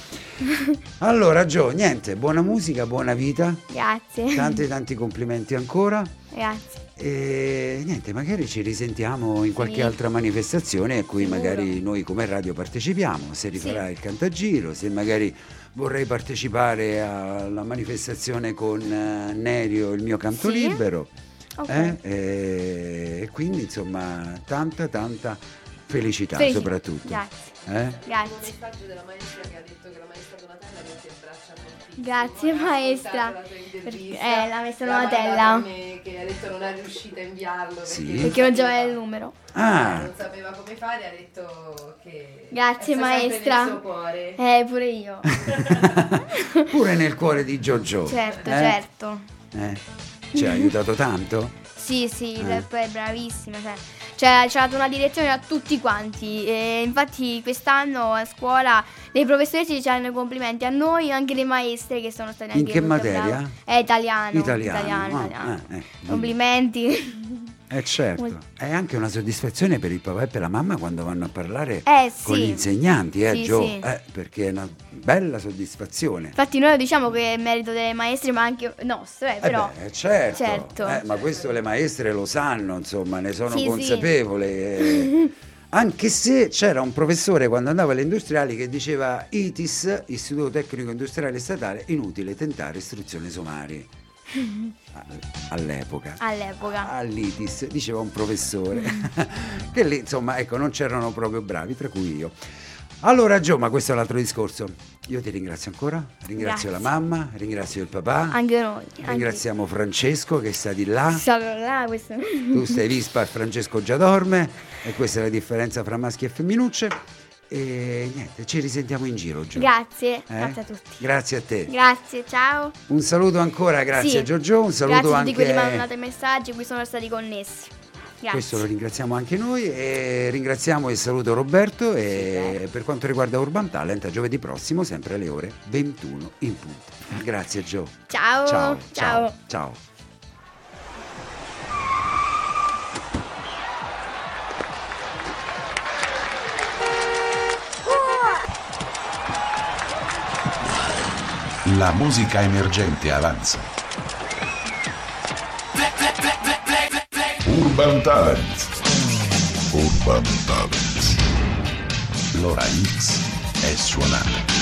Allora Gio, niente, buona musica, buona vita, Grazie. tanti tanti complimenti ancora. Grazie. E niente, magari ci risentiamo in qualche Sì. altra manifestazione a cui Sicuro. magari noi come radio partecipiamo, se rifarà Sì. il Cantagiro, se magari vorrei partecipare alla manifestazione con eh, Nerio, il mio canto Sì. libero. Ok. eh, E quindi insomma tanta tanta felicità, Felicità. soprattutto. Grazie. Eh? Grazie. messaggio della maestra che ha detto che la maestra Donatella non ti abbraccia fortissimo. Grazie, Non ha maestra. ascoltato la tua intervista. Perché- eh, la maestra L'ha mandato Donatella. a me, che ha detto non è riuscita a inviarlo perché, Sì. Perché non c'aveva il numero. Ah, non sapeva come fare, ha detto che Grazie, è sempre maestra. nel suo cuore. Eh, pure io. pure nel cuore di Giorgio. Certo, eh? certo. Eh? Ci ha aiutato tanto? Sì, sì, Eh. lei poi è bravissima. Cioè, cioè, ci ha dato una direzione a tutti quanti. E infatti quest'anno a scuola le professoresse ci hanno i complimenti a noi e anche le maestre che sono state In anche che molto materia? brave. È italiano. Italiano. italiano, Ah, italiano. eh, eh. Complimenti. Eh certo, Molto. è anche una soddisfazione per il papà e per la mamma quando vanno a parlare Eh, con sì. gli insegnanti, eh Sì, Gio, sì. eh, perché è una bella soddisfazione. Infatti noi diciamo che è merito delle maestre, ma anche nostro, eh, Eh però. beh, certo, certo. eh, ma questo le maestre lo sanno, insomma, ne sono Sì, sì. consapevole. eh. Anche se c'era un professore quando andavo alle industriali che diceva I T I S, Istituto Tecnico Industriale Statale, inutile tentare istruzione somari. All'epoca. All'epoca. All'I T I S, diceva un professore. Che lì, insomma, ecco, non c'erano proprio bravi, tra cui io. Allora Gio, ma questo è l'altro discorso. Io ti ringrazio ancora, ringrazio Grazie. la mamma, ringrazio il papà. Anche noi. Anche... Ringraziamo Francesco che sta di là. Stavo là, questo. Tu stai vispa e Francesco già dorme e questa è la differenza fra maschi e femminucce. E niente, ci risentiamo in giro, Gio. Grazie, Eh? grazie a tutti. Grazie a te. Grazie, ciao. Un saluto ancora, grazie Sì. a Giorgio, un saluto Grazie a anche tutti quelli che mi hanno mandato i messaggi, cui sono stati connessi. Grazie. Questo lo ringraziamo anche noi e ringraziamo e saluto Roberto e per quanto riguarda Urban Talent a giovedì prossimo sempre alle ore ventuno in punto. Grazie Gio. Ciao. Ciao. Ciao. Ciao. La musica emergente avanza. Urban Talent. Urban Talent. L'ora X è suonata.